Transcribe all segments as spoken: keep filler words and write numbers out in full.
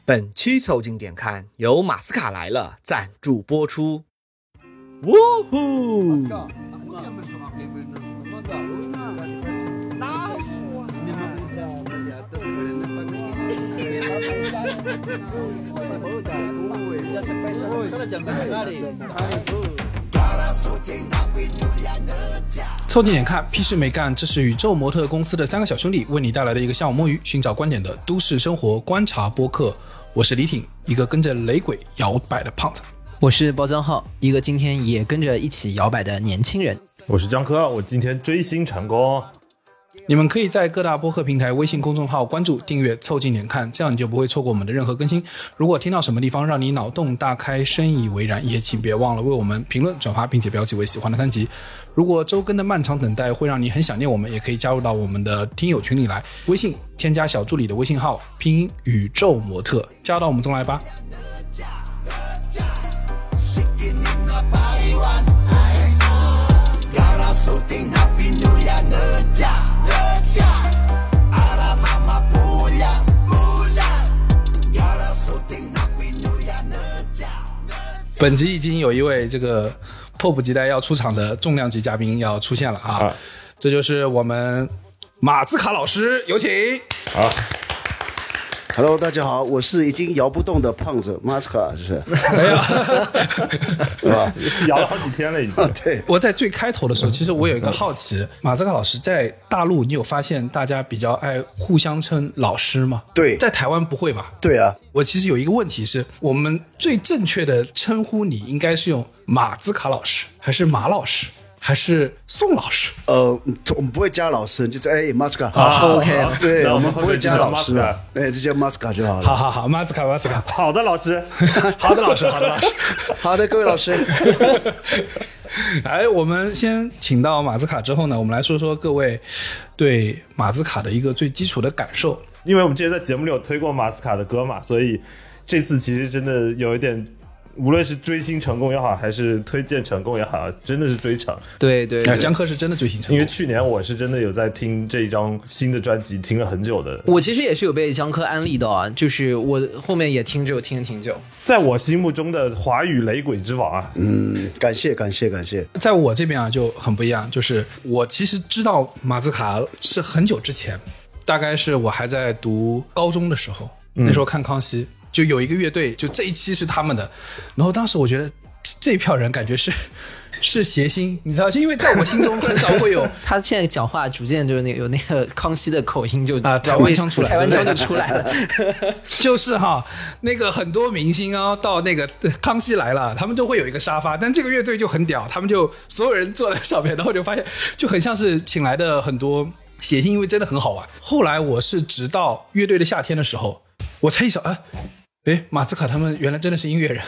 本期凑近点看由马斯卡来了赞助播出。哇呼！ 凑近点看，屁事没干，这是宇宙模特公司的三个小兄弟为你带来的一个下午摸鱼、寻找观点的都市生活观察播客。我是李挺，一个跟着雷鬼摇摆的胖子。 我是包江浩，一个今天也跟着一起摇摆的年轻人。 我是江科，我今天追星成功。 你们可以在各大播客平台微信公众号关注订阅凑近点看，这样你就不会错过我们的任何更新。如果听到什么地方让你脑洞大开深以为然，也请别忘了为我们评论转发并且标记为喜欢的单集。如果周更的漫长等待会让你很想念我们，也可以加入到我们的听友群里来，微信添加小助理的微信号拼音宇宙模特，加到我们中来吧。本集已经有一位这个迫不及待要出场的重量级嘉宾要出现了 啊, 啊这就是我们马兹卡老师，有请。 好 ，Hello， 大家好，我是已经摇不动的胖子马斯卡，就是没有， 是吧？摇了好几天了已经。 啊、对， 我在最开头的时候，其实我有一个好奇，马兹卡老师在大陆，你有发现大家比较爱互相称老师吗？ 对， 在台湾不会吧？ 对啊。 我其实有一个问题是，我们最正确的称呼你应该是用马兹卡老师，还是马老师，还是宋老师？ 呃，我们不会加老师，就是哎马斯卡。 啊 ，OK， 对，我们不会加老师，哎，就叫马斯卡就好了。 好好好，马兹卡，马兹卡。 好的，老师， 好的，老师，好的，老师， 好的，各位老师。 哎，我们先请到马兹卡之后呢，我们来说说各位对马兹卡的一个最基础的感受。 因为我们之前在节目里有推过马斯卡的歌嘛，所以这次其实真的有一点，无论是追星成功也好，还是推荐成功也好，真的是追成。 对对对， 江科是真的追星成功。 因为去年我是真的有在听这一张新的专辑，听了很久的。 我其实也是有被江科安利的啊，就是我后面也听着听了挺久。 在我心目中的华语雷鬼之王啊， 嗯，感谢感谢感谢。 在我这边啊就很不一样，就是我其实知道马兹卡是很久之前，大概是我还在读高中的时候，那时候看康熙。嗯，就有一个乐队，就这一期是他们的，然后当时我觉得这一票人感觉是是谐星，你知道，就因为在我心中很少会有他现在讲话逐渐就是那个有那个康熙的口音就啊，台湾腔出来， 台湾腔就出来了， 就是哈，那个很多明星啊，到那个康熙来了，他们都会有一个沙发，但这个乐队就很屌，他们就所有人坐在上面，然后就发现就很像是请来的很多谐星，因为真的很好玩。后来我是直到乐队的夏天的时候，我才意识到，哎。哎，马兹卡他们原来真的是音乐人，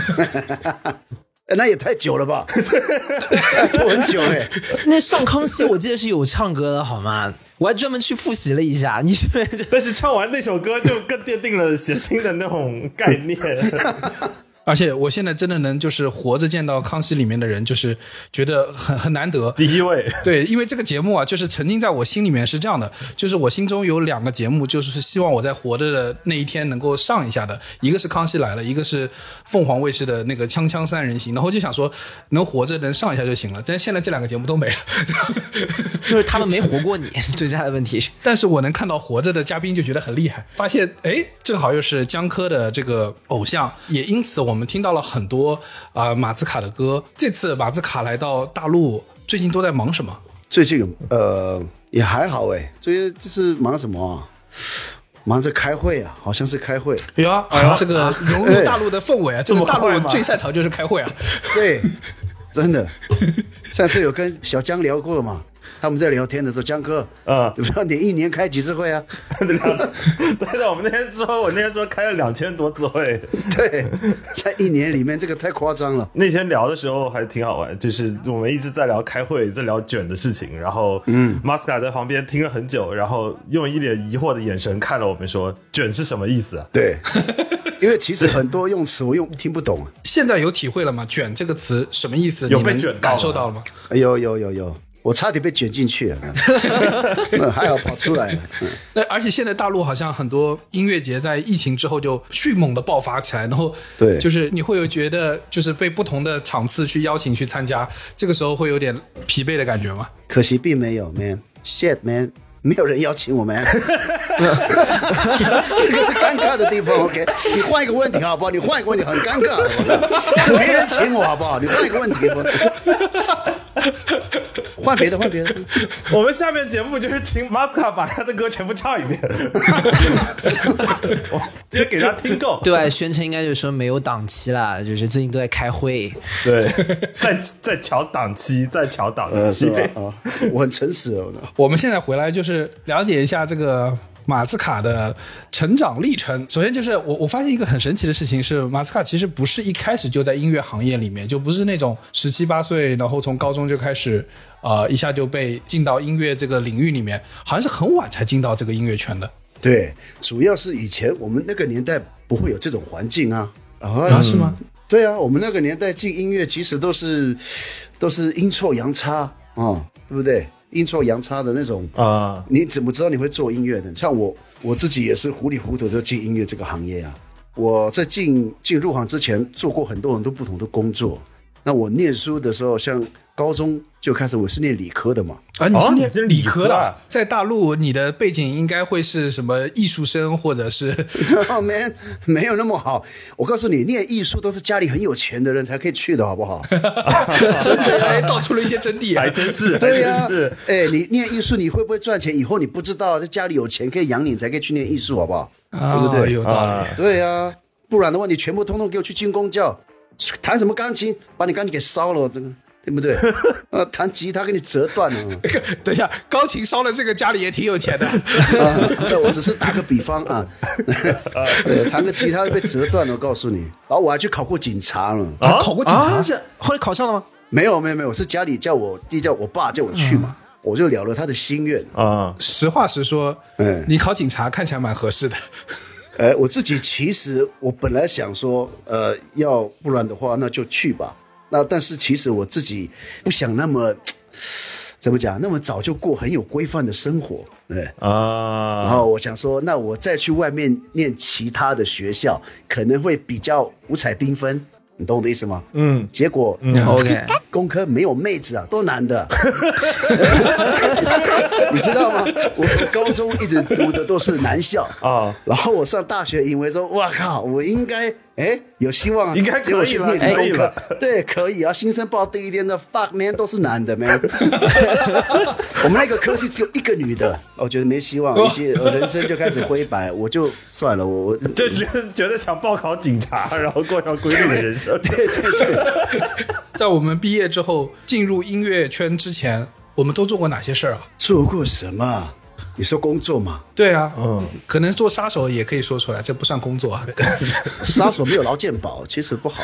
那也太久了吧，都很久哎。 那上康熙我记得是有唱歌的好吗？我还专门去复习了一下。你是不是？ 但是唱完那首歌就更奠定了谐星的那种概念。 而且我现在真的能就是活着见到康熙里面的人，就是觉得很很难得。 第一位， 对，因为这个节目啊，就是曾经在我心里面是这样的，就是我心中有两个节目，就是希望我在活着的那一天能够上一下的，一个是康熙来了，一个是凤凰卫视的那个锵锵三人行，然后就想说能活着能上一下就行了，但是现在这两个节目都没了， 就是他们没活过你，最大的问题。 但是我能看到活着的嘉宾就觉得很厉害，发现哎，正好又是江科的这个偶像，也因此我们听到了很多啊、呃、马兹卡的歌。这次马兹卡来到大陆，最近都在忙什么？ 最近呃也还好哎，最近就是忙什么啊？忙着开会啊，好像是开会。 有啊，啊这个融入大陆的氛围啊，这个大陆最擅长就是开会啊。 对，真的。上次有跟小江聊过嘛？他们在聊天的时候，江哥，嗯，不知道你一年开几次会啊？ 两次。对的，我们那天说，我那天说开了两千多次会。 对，在一年里面，这个太夸张了。 那天聊的时候还挺好玩，就是我们一直在聊开会，在聊卷的事情，然后，嗯，马斯卡在旁边听了很久，然后用一脸疑惑的眼神看了我们说：“卷是什么意思啊？” 对。因为其实很多用词我用听不懂。 现在有体会了吗？卷这个词什么意思？ 有被卷到感受到了吗？ 有有有有。 我差点被卷进去了，那还好跑出来了。 那而且现在大陆好像很多音乐节在疫情之后就迅猛的爆发起来，然后对， 就是你会有觉得就是被不同的场次去邀请去参加，这个时候会有点疲惫的感觉吗？ 可惜并没有 ，man shit man。没有人邀请我们，这个是尴尬的地方。OK， 你换一个问题好不好？你换一个问题很尴尬，没人请我好不好？你换一个问题，换别的，换别的。 我们下面节目就是请马斯卡把他的歌全部唱一遍，直接给他听够。 对外宣称应该就是说没有档期啦，就是最近都在开会。 对，在在调档期，在调档期。 呃啊，我很诚实哦。 我们现在回来就是了解一下这个马斯卡的成长历程。首先就是我我发现一个很神奇的事情是，马斯卡其实不是一开始就在音乐行业里面，就不是那种十七八岁然后从高中就开始呃一下就被进到音乐这个领域里面，好像是很晚才进到这个音乐圈的。 对，主要是以前我们那个年代不会有这种环境啊。啊， 啊是吗？ 对啊，我们那个年代进音乐其实都是都是阴错阳差啊、哦，对不对？阴错阳差的那种啊，你怎么知道你会做音乐的？像我我自己也是糊里糊涂就进音乐这个行业啊。我在进进入行之前做过很多很多不同的工作。那我念书的时候，像高中就开始，我是念理科的嘛。 啊，你是念理科的？ 啊、 在大陆，你的背景应该会是什么艺术生，或者是 ？Oh man， 没有那么好。我告诉你，念艺术都是家里很有钱的人才可以去的，好不好？ 真的还道出了一些真谛、啊， 还真是。 对呀、啊，哎，你念艺术，你会不会赚钱？以后你不知道，家里有钱可以养你，才可以去念艺术，好不好？ 啊、 对不对？ 有道理。 对呀、啊，不然的话，你全部通通给我去军公教。弹什么钢琴，把你钢琴给烧了，这个对不对？啊，弹吉他给你折断了。 等一下，钢琴烧了，这个家里也挺有钱的。 啊，我只是打个比方啊，弹个吉他被折断了，我告诉你。然后我还去考过警察了。 啊，考过警察？ 啊、这后来考上了吗？ 没有，没有，没有，是家里叫我弟叫我爸叫我去嘛，嗯、我就了了他的心愿啊。实话实说，嗯，你考警察看起来蛮合适的。 呃，我自己其实我本来想说，呃，要不然的话那就去吧。那但是其实我自己不想那么怎么讲，那么早就过很有规范的生活，对啊。然后我想说，那我再去外面念其他的学校，可能会比较五彩缤纷。你懂我的意思吗？嗯。结果， 嗯 ，OK， 工科没有妹子啊，都男的。你知道吗？我从高中一直读的都是男校啊，然后我上大学以为说，哇靠，我应该哎有希望， 应该可以了， 念理工科，对，可以啊。新生报第一天的 fuck man 都是男的 man， 我们那个科系只有一个女的，我觉得没希望，一些人生就开始灰白，我就算了，我就觉得觉得想报考警察，然后过上规律的人生。 对对对。 在我们毕业之后进入音乐圈之前，我们都做过哪些事儿啊？ 做过什么？你说工作嘛？ 对啊，嗯，可能做杀手也可以说出来，这不算工作啊。 杀手没有劳健保，其实不好。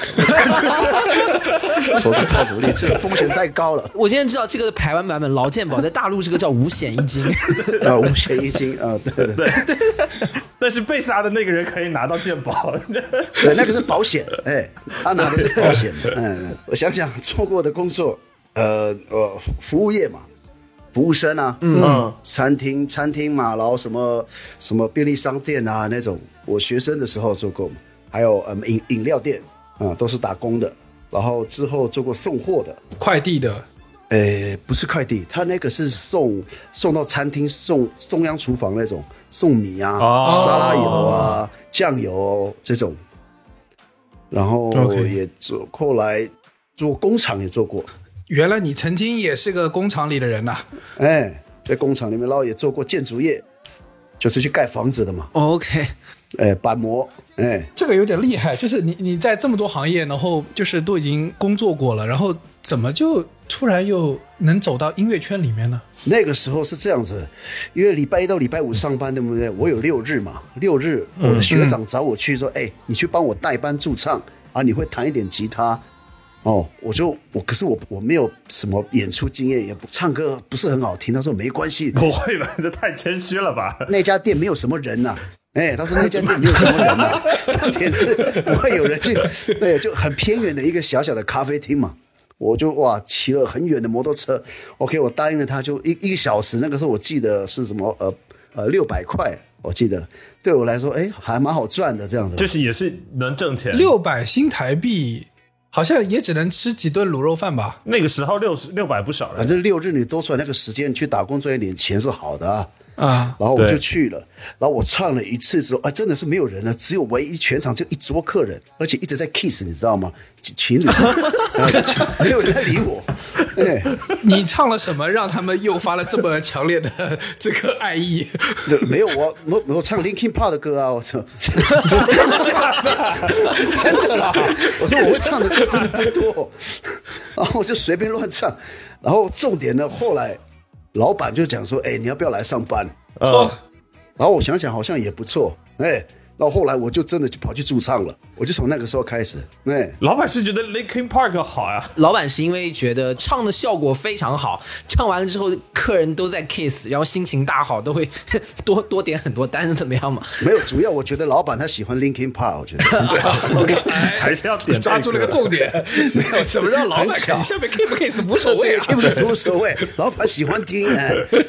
手机泡主力，这个风险太高了。 我今天知道这个台湾版本劳健保在大陆这个叫五险一金啊，五险一金啊，对对对。 但是被杀的那个人可以拿到健保， 对，那个是保险，哎，他拿的是保险。嗯，我想想做过的工作，呃呃，服务业嘛。服务生啊，嗯，餐厅餐厅嘛，然后什么什么便利商店啊那种，我学生的时候做过，还有嗯饮饮料店啊、嗯，都是打工的。然后之后做过送货的， 快递的， 诶，不是快递，他那个是送送到餐厅，送中央厨房那种，送米啊、哦、沙拉油啊、酱油这种。然后也做，后来做工厂也做过。 原来你曾经也是个工厂里的人呐、啊！ 哎，在工厂里面，然后也做过建筑业，就是去盖房子的嘛。 OK， 哎，板模，哎， 这个有点厉害，就是你你在这么多行业，然后就是都已经工作过了，然后怎么就突然又能走到音乐圈里面呢？ 那个时候是这样子，因为礼拜一到礼拜五上班，对不对？我有六日嘛，六日我的学长找我去说，哎、嗯，你去帮我代班驻唱啊，你会弹一点吉他。哦，我就我可是我我没有什么演出经验，也不唱歌不是很好听。他说没关系， 不会吧？这太谦虚了吧？ 那家店没有什么人呐、啊，哎，他说那家店没有什么人呐、啊，重点是不会有人去，对，就很偏远的一个小小的咖啡厅嘛。 我就哇骑了很远的摩托车 ，OK， 我答应了他就一一个小时，那个时候我记得是什么呃呃六百块，我记得对我来说哎还蛮好赚的这样子， 就是也是能挣钱。 六百新台币好像也只能吃几顿卤肉饭吧？ 那个时候六十六百不少了， 反正六日你多出来那个时间去打工赚一点钱是好的啊。 啊， 然后我就去了，然后我唱了一次之后，啊，真的是没有人了，只有唯一全场就一桌客人，而且一直在 kiss， 你知道吗？情侣，没有人理我。对， 你唱了什么让他们诱发了这么强烈的这个爱意？ 没有我我我唱 Linkin Park 的歌啊，我操，真的啦！我说我会唱的歌真的不多，然后我就随便乱唱，然后重点呢，后来。老板就讲说：“哎，你要不要来上班？” 嗯， 然后我想想好像也不错，哎，然后后来我就真的就跑去驻唱了，我就从那个时候开始，哎， 老板是觉得 Linkin Park 好呀， 老板是因为觉得唱的效果非常好，唱完了之后客人都在 kiss， 然后心情大好，都会多多点很多单，怎么样嘛？ 没有，主要我觉得老板他喜欢 Linkin Park， 我觉得对 ，OK， 还是要点抓住了个重点，没有怎么让老板看你下面 kiss 不 kiss 无所谓啊 ，kiss 无所谓，老板喜欢听啊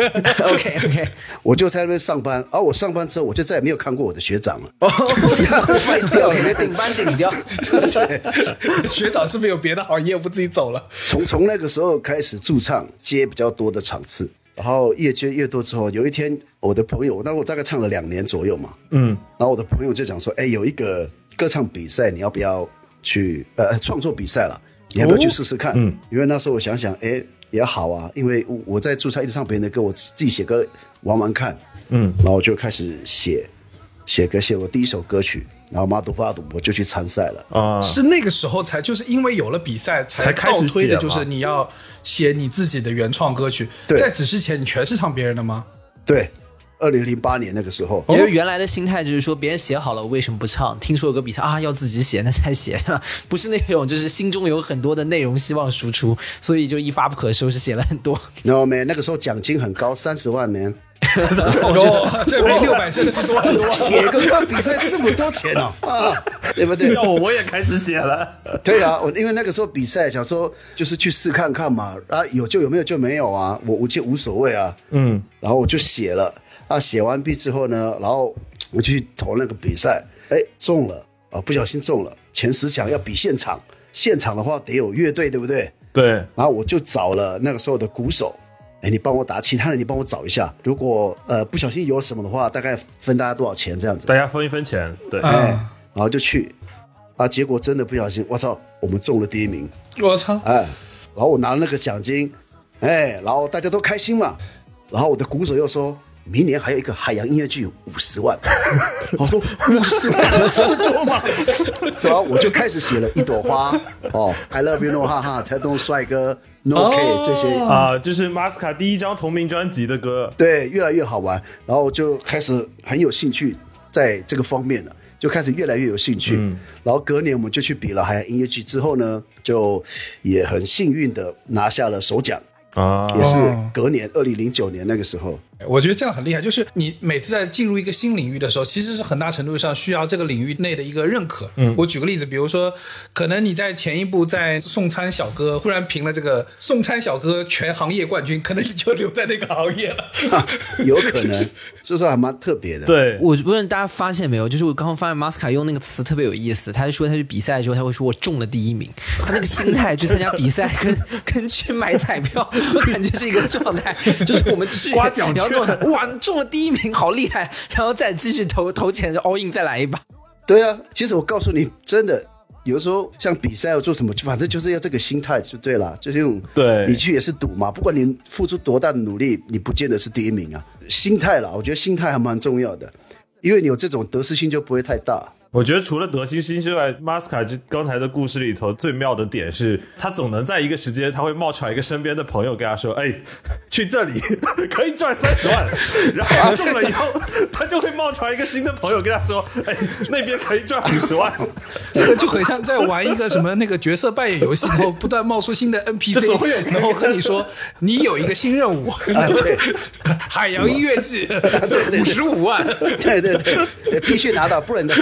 ，OK OK， 我就在那边上班，而、啊、我上班之后我就再也没有看过我的学长了。坏掉了，顶班顶掉。 学长是不是有别的好业务自己走了？ 从从那个时候开始驻唱，接比较多的场次，然后越接越多之后，有一天我的朋友，那我大概唱了两年左右嘛，嗯，然后我的朋友就讲说，哎，有一个歌唱比赛，你要不要去？呃，创作比赛了，你要不要去试试看？嗯，因为那时候我想想，哎，也好啊，因为我在驻唱一直唱别人的歌，我自己写歌玩玩看，嗯，然后我就开始写。写歌写我第一首歌曲，然后马杜发杜我就去参赛了啊、嗯！是那个时候才就是因为有了比赛才倒推的，就是你要写你自己的原创歌曲。在此之前你全是唱别人的吗？ 对，二零零八年那个时候， 因为原来的心态就是说别人写好了我为什么不唱？听说有个比赛啊，要自己写那才写，不是那种就是心中有很多的内容希望输出，所以就一发不可收拾写了很多。 然后没那个时候奖金很高，三十万年。 哦，这比六百真的是多很多。 写个歌比赛这么多钱哦，啊，对不对？ 要我我也开始写了。 对啊，我因为那个时候比赛想说就是去试看看嘛，啊有就有，没有就没有啊，我我就无所谓啊，嗯，然后我就写了啊，写完毕之后呢，然后我就去投那个比赛，哎中了啊，不小心中了前十强要比现场，现场的话得有乐队对不对？ 对， 然后我就找了那个时候的鼓手。哎，你帮我打，其他人你帮我找一下。如果呃不小心有什么的话，大概分大家多少钱这样子？ 大家分一分钱，对。 哎，然后就去，啊，结果真的不小心，我操，我们中了第一名。 我操！ 哎，然后我拿了那个奖金，哎，然后大家都开心嘛。然后我的鼓手又说，明年还有一个海洋音乐剧五十万。我说五十万这么多吗？然后我就开始写了一朵花，哦 ，I love you no 哈哈，台东帅哥。No K、哦、这些啊、呃，就是马斯卡第一张同名专辑的歌， 对，越来越好玩，然后就开始很有兴趣在这个方面了，就开始越来越有兴趣。嗯、然后隔年我们就去比了海洋音乐剧，之后呢，就也很幸运的拿下了首奖啊，也是隔年二零零九年那个时候。 我觉得这样很厉害，就是你每次在进入一个新领域的时候，其实是很大程度上需要这个领域内的一个认可。嗯，我举个例子，比如说，可能你在前一步在送餐小哥忽然评了这个送餐小哥全行业冠军，可能你就留在那个行业了。 啊、有可能，这说还蛮特别的。 对， 我不知道大家发现没有，就是我刚刚发现马斯卡用那个词特别有意思，他说他去比赛的时候，他会说我中了第一名，他那个心态去参加比赛跟跟去买彩票，我感觉是一个状态，就是我们去刮奖券。 哇，中了第一名，好厉害！然后再继续投投钱就 all in 再来一把。 对啊，其实我告诉你，真的有时候像比赛要做什么，反正就是要这个心态就对了，就是用对你去也是赌嘛，不管你付出多大的努力，你不见得是第一名啊。心态啦，我觉得心态还蛮重要的，因为你有这种得失心就不会太大。 我觉得除了得失心之外，马斯卡就刚才的故事里头最妙的点是，他总能在一个时间，他会冒出来一个身边的朋友跟他说：“哎，去这里可以赚三十万。”然后他中了以后，他就会冒出来一个新的朋友跟他说：“哎，那边可以赚五十万。” 这个就很像在玩一个什么那个角色扮演游戏，然后不断冒出新的 N P C， 然后和你说你有一个新任务， 啊、对海洋音乐剧五十五万， 对对对，必须拿到，不然你的房东要。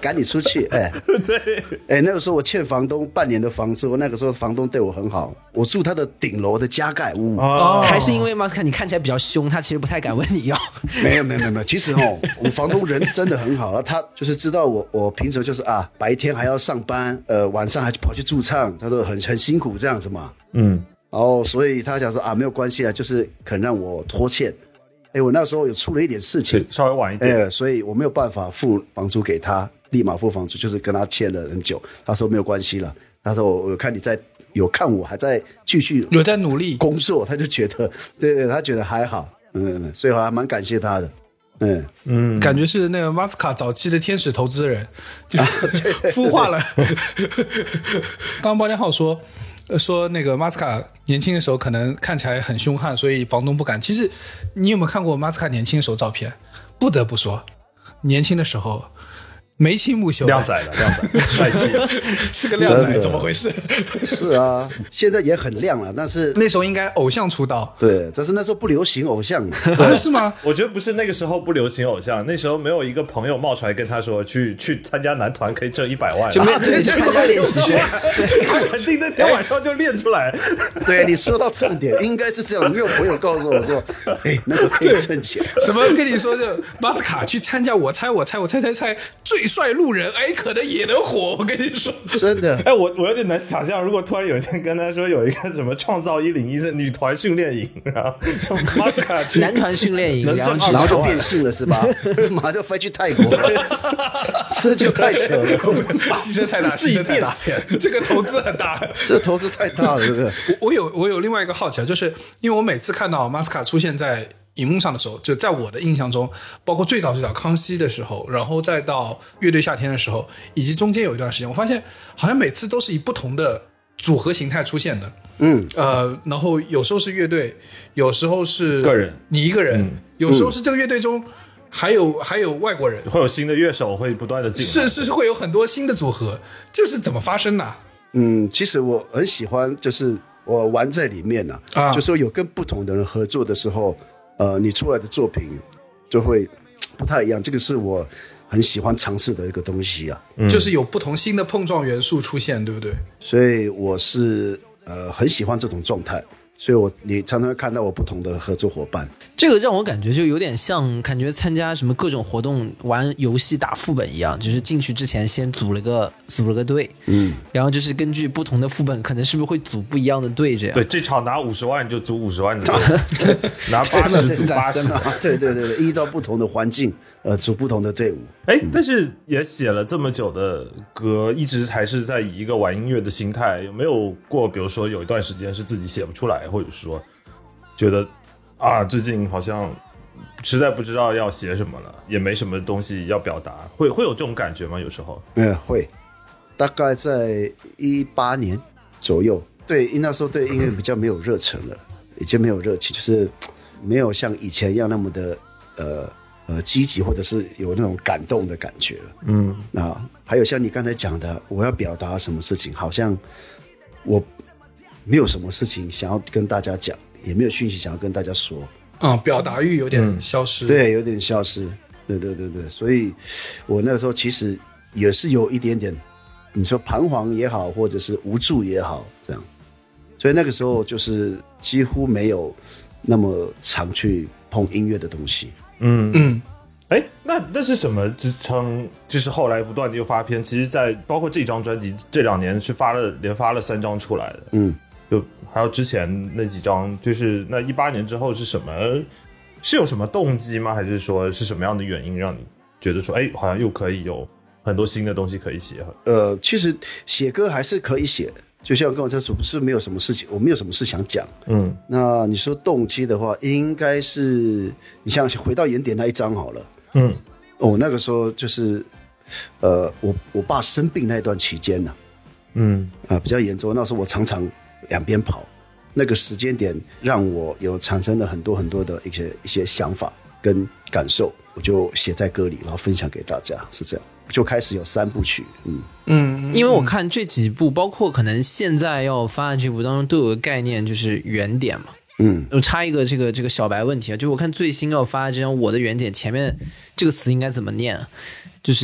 赶你出去。哎，对，哎，那个时候我欠房东半年的房租，那个时候房东对我很好，我住他的顶楼的加盖屋。 哦，还是因为马斯卡你看起来比较凶，他其实不太敢问你要。 没有没有没有没有，其实哦，我房东人真的很好了，他就是知道我我平时就是啊，白天还要上班，呃，晚上还跑去驻唱，他说很很辛苦这样子嘛。嗯。然后，所以他想说啊，没有关系啊，就是肯让我拖欠。哎，我那时候有出了一点事情， 稍微晚一点， 哎，所以我没有办法付房租给他，立马付房租，就是跟他欠了很久。他说没有关系了，他说我有看你在有看我还在继续有在努力工作，他就觉得对对，他觉得还好，嗯，所以我还蛮感谢他的。嗯嗯，感觉是那个马斯卡早期的天使投资人，就孵化了。刚刚包天浩说。说那个马斯卡年轻的时候可能看起来很凶悍，所以房东不敢。其实你有没有看过马斯卡年轻的时候照片？不得不说，年轻的时候眉清目秀， 靓仔的靓仔，帅气， 是个靓仔，怎么回事？ 是啊，现在也很靓了，但是那时候应该偶像出道。 对，但是那时候不流行偶像嘛。 啊，是吗？ 我觉得不是那个时候不流行偶像，那时候没有一个朋友冒出来跟他说去去参加男团可以挣一百万， 就没有对去参加练习生， 对，肯定那天晚上就练出来。 对，你说到重点，应该是这样。没有朋友告诉我说，哎，那个可以挣钱。 什么跟你说，就马斯卡去参加我猜我猜我猜猜猜最帅路人，哎，可能也能火。我跟你说， 真的。 哎，我我有点难想象，如果突然有一天跟他说有一个什么创造一零一是女团训练营，然后马斯卡去男团训练营， 然后然后就变性了是吧？马上就飞去泰国，这就太扯了， 牺牲太大，牺牲太大，这个投资很大， 这投资太大了，是不是？ 我我有我有另外一个好奇，就是因为我每次看到马斯卡出现在荧幕上的时候，就在我的印象中，包括最早最早康熙的时候，然后再到乐队夏天的时候，以及中间有一段时间，我发现好像每次都是以不同的组合形态出现的。嗯，呃，然后有时候是乐队，有时候是个人， 你一个人，嗯、有时候是这个乐队中还有还有外国人， 会有新的乐手会不断的进来， 是是会有很多新的组合，这是怎么发生的？ 嗯，其实我很喜欢，就是我玩在里面呢、啊，啊、就是说有跟不同的人合作的时候。呃，你出来的作品就会不太一样，这个是我很喜欢尝试的一个东西啊， 嗯、就是有不同新的碰撞元素出现，对不对？ 所以我是呃很喜欢这种状态，所以我你常常会看到我不同的合作伙伴。 这个让我感觉就有点像，感觉参加什么各种活动、玩游戏打副本一样，就是进去之前先组了个组了个队，嗯，然后就是根据不同的副本，可能是不是会组不一样的队这样。 对，这场拿五十万就组五十万的队，拿八十组八十。 对对对对，依照不同的环境，呃，组不同的队伍。 哎，但是也写了这么久的歌，一直还是在以一个玩音乐的心态，有没有过，比如说有一段时间是自己写不出来，或者说觉得啊，最近好像实在不知道要写什么了，也没什么东西要表达，会会有这种感觉吗？有时候， 嗯，会，大概在一八年左右，对，那时候对音乐比较没有热忱了，已经没有热情，就是没有像以前一样那么的呃呃积极，或者是有那种感动的感觉了。嗯，那还有像你刚才讲的，我要表达什么事情，好像我没有什么事情想要跟大家讲。也没有讯息想要跟大家说， 嗯，表达欲有点消失， 嗯、对，有点消失，对对对对，所以我那个时候其实也是有一点点，你说彷徨也好，或者是无助也好，这样，所以那个时候就是几乎没有那么常去碰音乐的东西， 嗯嗯，哎，那那是什么支撑？就是后来不断的又发片，其实，在包括这张专辑这两年是发了连发了三张出来的，嗯。就还有之前那几张，就是那一八年之后是什么？是有什么动机吗？还是说是什么样的原因让你觉得说，哎，好像又可以有很多新的东西可以写？ 呃，其实写歌还是可以写，就像跟我这不是没有什么事情，我没有什么事想讲。嗯，那你说动机的话，应该是你像回到原点那一张好了。嗯，哦，那个时候就是呃，我我爸生病那段期间呢、啊，嗯啊、呃、比较严重，那时候我常常。两边跑，那个时间点让我有产生了很多很多的一些一些想法跟感受，我就写在歌里，然后分享给大家，是这样，就开始有三部曲。嗯嗯，因为我看这几部，包括可能现在要发的这部当中，都有个概念，就是原点嘛。嗯，我插一个这个这个小白问题啊，就我看最新要发的这张《我的原点》，前面这个词应该怎么念？就是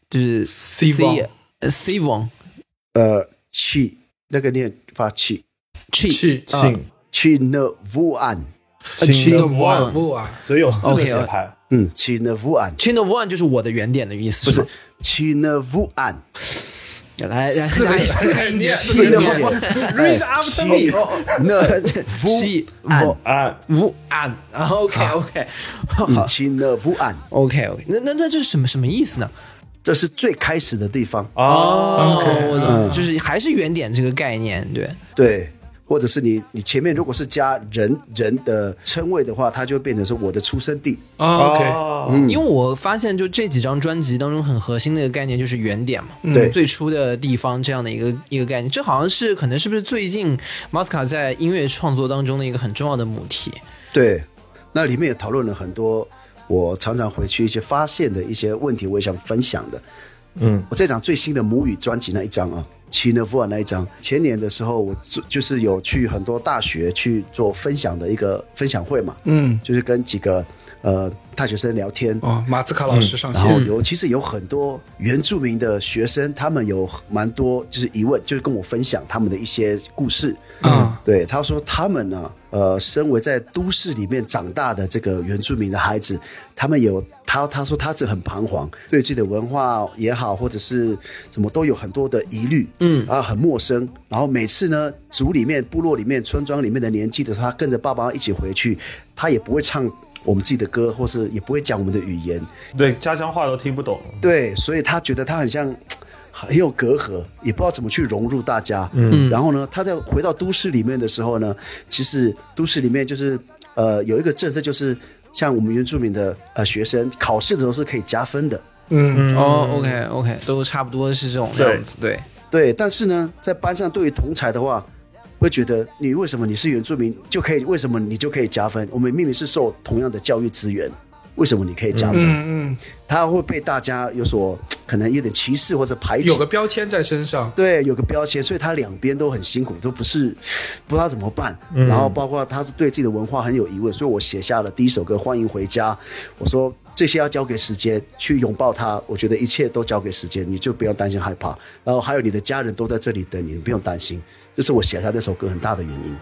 就是 C 王 C 王呃，气那个念发气， 气气庆气呢乌安， 气的万万不啊， 所以有四个 OK， 节拍。 嗯，气呢乌安， Chin of One 就是我的原点的意思， 不是吗气呢乌安， 来来四个来四个音节， 四个音四个音节节。 ，read after me。 呢气乌安， 啊， 无安啊 OK OK 嗯，气呢乌安， OK OK，那那那这是什么什么意思呢？ 这是最开始的地方。 哦， OK， 我懂，就是还是原点这个概念，对。 对，或者是你你前面如果是加人人的称谓的话，它就变成是我的出生地。 哦 OK， 哦， 因为我发现，就这几张专辑当中很核心的一个概念就是原点嘛， 对最初的地方这样的一个一个概念，这好像是可能是不是最近 Masca 在音乐创作当中的一个很重要的母题。 对，那里面也讨论了很多我常常回去一些发现的一些问题，我也想分享的。 嗯， 我这张最新的母语专辑那一张啊，奇呢夫尔那一张，前年的时候我做就是有去很多大学去做分享的一个分享会嘛， 嗯， 就是跟几个呃大学生聊天。 哦，马兹卡老师上然后线， 有其实有很多原住民的学生，他们有蛮多就是疑问，就是跟我分享他们的一些故事。 嗯， 对，他说他们呢，呃，身为在都市里面长大的这个原住民的孩子，他们有他他说他是很彷徨，对自己的文化也好，或者是什么都有很多的疑虑，嗯，啊，很陌生。然后每次呢，族里面、部落里面、村庄里面的年纪的时候，他跟着爸爸一起回去，他也不会唱我们自己的歌，或是也不会讲我们的语言， 对，家乡话都听不懂。 对，所以他觉得他很像很有隔阂，也不知道怎么去融入大家。嗯，然后呢，他在回到都市里面的时候呢，其实都市里面就是呃有一个政策，就是像我们原住民的呃学生考试的时候是可以加分的。 嗯， 哦 OK OK， 都差不多是这种样子，对。 对，但是呢，在班上对于同才的话，会觉得你为什么你是原住民就可以，为什么你就可以加分？我们明明是受同样的教育资源，为什么你可以加分？ 嗯嗯， 他会被大家有所可能有点歧视或者排挤， 有个标签在身上。 对，有个标签，所以他两边都很辛苦，都不是不知道怎么办。然后包括他是对自己的文化很有疑问，所以我写下了第一首歌《欢迎回家》。我说这些要交给时间去拥抱它，我觉得一切都交给时间，你就不要担心害怕。然后还有你的家人都在这里等你，你不用担心。这是我写下那首歌很大的原因。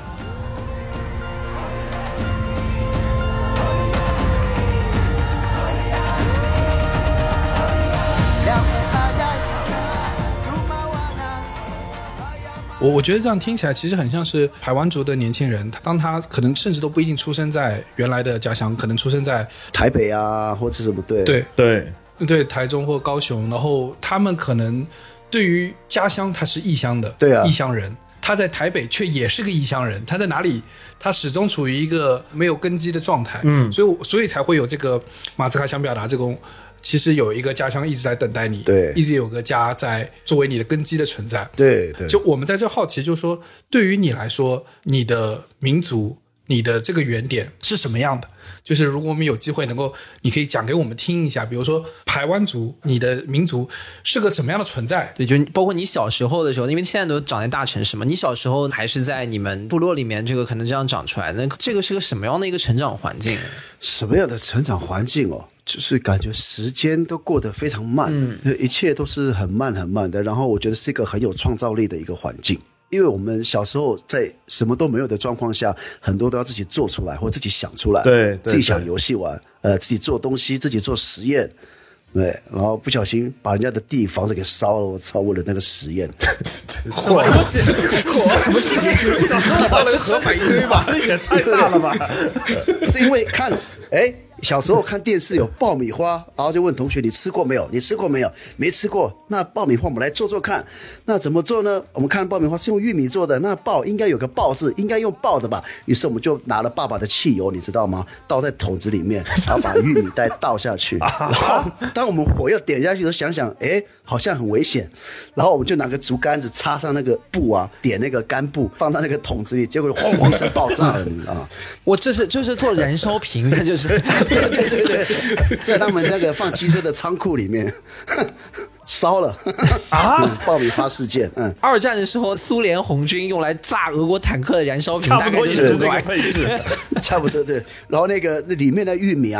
我我觉得这样听起来其实很像是排湾族的年轻人，当他可能甚至都不一定出生在原来的家乡，可能出生在台北啊，或者什么对对对对台中或高雄，然后他们可能对于家乡他是异乡的， 对啊异乡人。他在台北却也是个异乡人，他在哪里？他始终处于一个没有根基的状态，嗯，所以我所以才会有这个马兹卡想表达这种，其实有一个家乡一直在等待你， 对， 一直有个家在作为你的根基的存在， 对对。 就我们在这好奇，就是说，对于你来说，你的民族，你的这个原点是什么样的？就是如果我们有机会能够，你可以讲给我们听一下，比如说排湾族，你的民族是个什么样的存在？ 对，就包括你小时候的时候，因为现在都长在大城市嘛，你小时候还是在你们部落里面，这个可能这样长出来的，那这个是个什么样的一个成长环境？ 什么样的成长环境哦？就是感觉时间都过得非常慢，嗯，一切都是很慢很慢的。然后我觉得是一个很有创造力的一个环境。因为我们小时候在什么都没有的状况下，很多都要自己做出来或自己想出来， 对，对自己想游戏玩，呃，自己做东西，自己做实验，对，然后不小心把人家的地房子给烧了，我操！为了那个实验， 什么什么实验？造了个核反应堆吧？ 这也太大了吧！ 是因为看，哎。小时候看电视有爆米花，然后就问同学你吃过没有？你吃过没有？没吃过。那爆米花我们来做做看。那怎么做呢？我们看爆米花是用玉米做的，那爆应该有个爆字，应该用爆的吧？于是我们就拿了爸爸的汽油，你知道吗？倒在桶子里面，然后把玉米袋倒下去。然后当我们火要点下去的时候，想想，哎，好像很危险。然后我们就拿个竹竿子插上那个布啊，点那个干布，放到那个桶子里，结果轰轰声爆炸了啊！ 我这是就是做燃烧瓶的，就是。 对对对对，在他们那个放机车的仓库里面烧了啊！爆米花事件，嗯， 二战的时候，苏联红军用来炸俄国坦克的燃烧瓶， 差不多就是这个配置， 差不多对。然后那个那里面的玉米啊，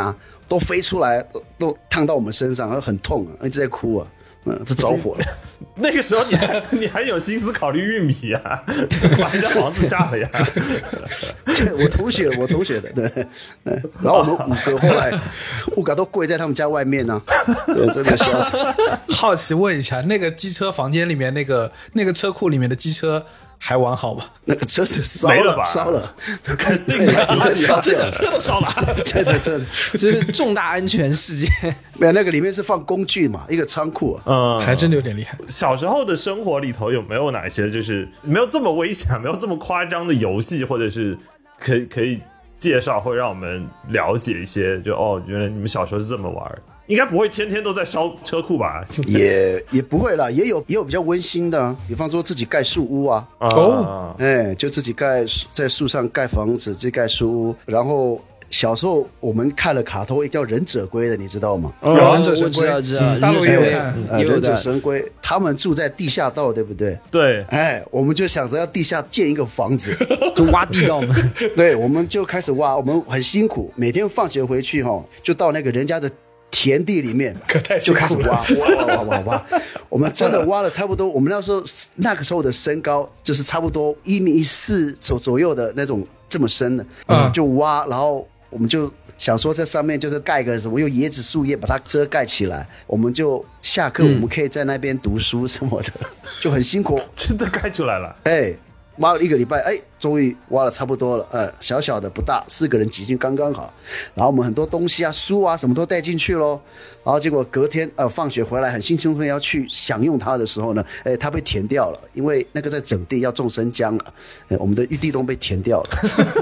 都飞出来，都都烫到我们身上，很痛啊，一直在哭啊，嗯，都着火了。 那个时候你还你还有心思考虑玉米啊，把人家房子炸了呀？ 对，我同学，我同学的，对，对然后我们五个后来五个都跪在他们家外面呢、啊，对，真的笑死。 好奇问一下，那个机车房间里面那个那个车库里面的机车还完好吗？ 那个车子烧没了吧烧了， 肯定的， 烧掉了， 车都烧了。 真的真的， 这是重大安全事件。 没有那个里面是放工具嘛，一个仓库、啊。 嗯， 还真的有点厉害。 小时候的生活里头有没有哪些就是没有这么危险、没有这么夸张的游戏，或者是可以可以介绍，会让我们了解一些？就哦，原来你们小时候是这么玩，应该不会天天都在烧车库吧？ 也也不会啦，也有也有比较温馨的、啊，比方说自己盖树屋啊， 哦， 哎，就自己盖在树上盖房子，自己盖树屋。然后小时候我们看了卡通，一个叫《忍者龟》的，你知道吗？ 哦， 有忍者神我知道， 龟知道， 嗯大陆也有忍者看神龟呃，忍者也有的。 神龟，他们住在地下道，对不对？ 对， 哎，我们就想着要地下建一个房子， 就挖地道嘛。 对，我们就开始挖，我们很辛苦，每天放学回去哈，就到那个人家的田地里面， 可太就开始辛苦了挖挖挖挖挖挖。我们真的挖了差不多，我们那时候那个时候的身高就是差不多一米一四左左右的那种这么深的， 嗯就挖，然后我们就想说在上面就是盖个什么，用椰子树叶把它遮盖起来，我们就下课我们可以在那边读书什么的，就很辛苦。 真的盖出来了。 哎，挖了一个礼拜，哎，终于挖了差不多了，呃，小小的不大，四个人挤进刚刚好。然后我们很多东西啊、书啊什么都带进去咯。然后结果隔天呃放学回来很兴奋要去享用它的时候呢，哎，它被填掉了，因为那个在整地要种生姜了，哎，我们的玉地洞被填掉了。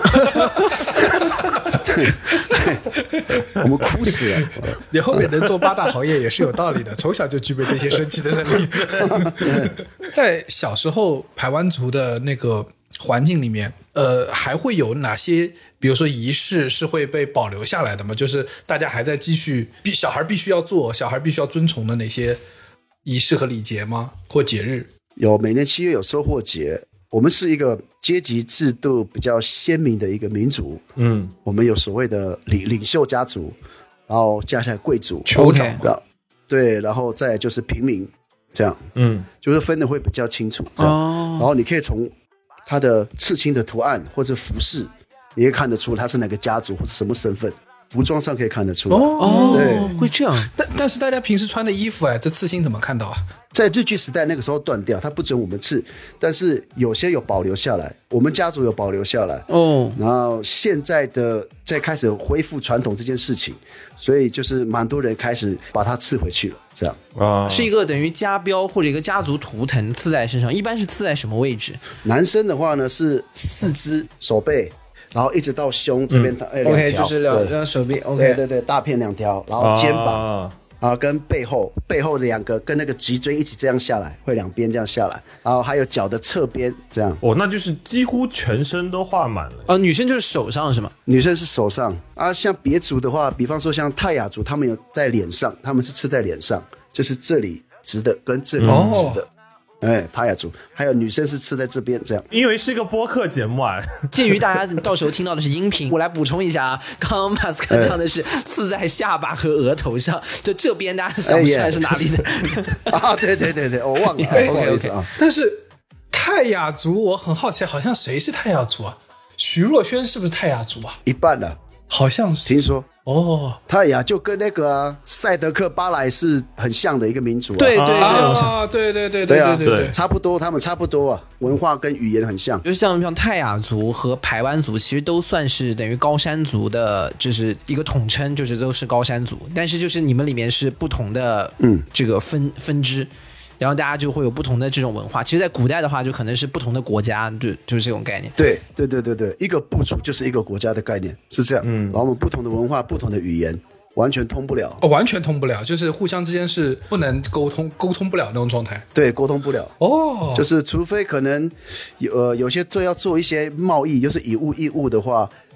对对，我们哭死了。 你后面能做八大行业也是有道理的，从小就具备这些神奇的能力。在小时候排湾族的那个环境里面，呃，还会有哪些，比如说仪式是会被保留下来的吗？就是大家还在继续，必小孩必须要做，小孩必须要遵从的哪些仪式和礼节吗？或节日？ 有每年七月有收获节。我们是一个阶级制度比较鲜明的一个民族， 嗯， 我们有所谓的领领袖家族，然后加上贵族， 酋长然后对，然后再就是平民，这样， 嗯， 就是分的会比较清楚，这样， 哦然后你可以从他的刺青的图案或者服饰，你可以看得出他是哪个家族或者什么身份，服装上可以看得出来。 哦， 对， 会这样。 但但是大家平时穿的衣服，哎，这刺青怎么看到啊？ 在日据时代那个时候断掉，他不准我们刺，但是有些有保留下来，我们家族有保留下来。 哦， 然后现在的在开始恢复传统这件事情，所以就是蛮多人开始把它刺回去了，这样。 啊， 是一个等于家标或者一个家族图腾刺在身上，一般是刺在什么位置？ 男生的话呢是四肢、手背，然后一直到胸这边，哎、两条 OK，就是两对两手臂。 对 OK， 对对，大片两条，然后肩膀。 啊啊，跟背后背后的两个跟那个脊椎一起这样下来，会两边这样下来，然后还有脚的侧边这样。 哦，那就是几乎全身都画满了。 呃，女生就是手上是吗？ 女生是手上啊，像别族的话，比方说像泰雅族，他们有在脸上，他们是刺在脸上，就是这里直的跟这里直的。哎，泰雅族还有女生是刺在这边这样。 因为是一个播客节目啊， 鉴于大家到时候听到的是音频，我来补充一下啊，刚刚马斯克讲的是刺在下巴和额头上，就这边大家想不出来是哪里的。 啊，对对对对，我忘了， 哎不好意思啊。 但是泰雅族，我很好奇，好像谁是泰雅族啊？徐若瑄是不是泰雅族啊？ 一半了， 好像是听说哦。 泰雅就跟那个、啊、赛德克巴莱是很像的一个民族啊。 对对对，我想啊，对对对对啊， 对对， 差不多，他们差不多啊，文化跟语言很像。 就是像像泰雅族和排湾族，其实都算是等于高山族的，就是一个统称，就是都是高山族。但是就是你们里面是不同的， 嗯， 这个分分支，然后大家就会有不同的这种文化。其实，在古代的话，就可能是不同的国家，就就是这种概念。 对对对对对，一个部族就是一个国家的概念，是这样。嗯，然后我们不同的文化、不同的语言，完全通不了。 哦，完全通不了，就是互相之间是不能沟通，沟通不了那种状态。 对，沟通不了。 哦， 就是除非可能有呃有些做要做一些贸易，就是以物易物的话，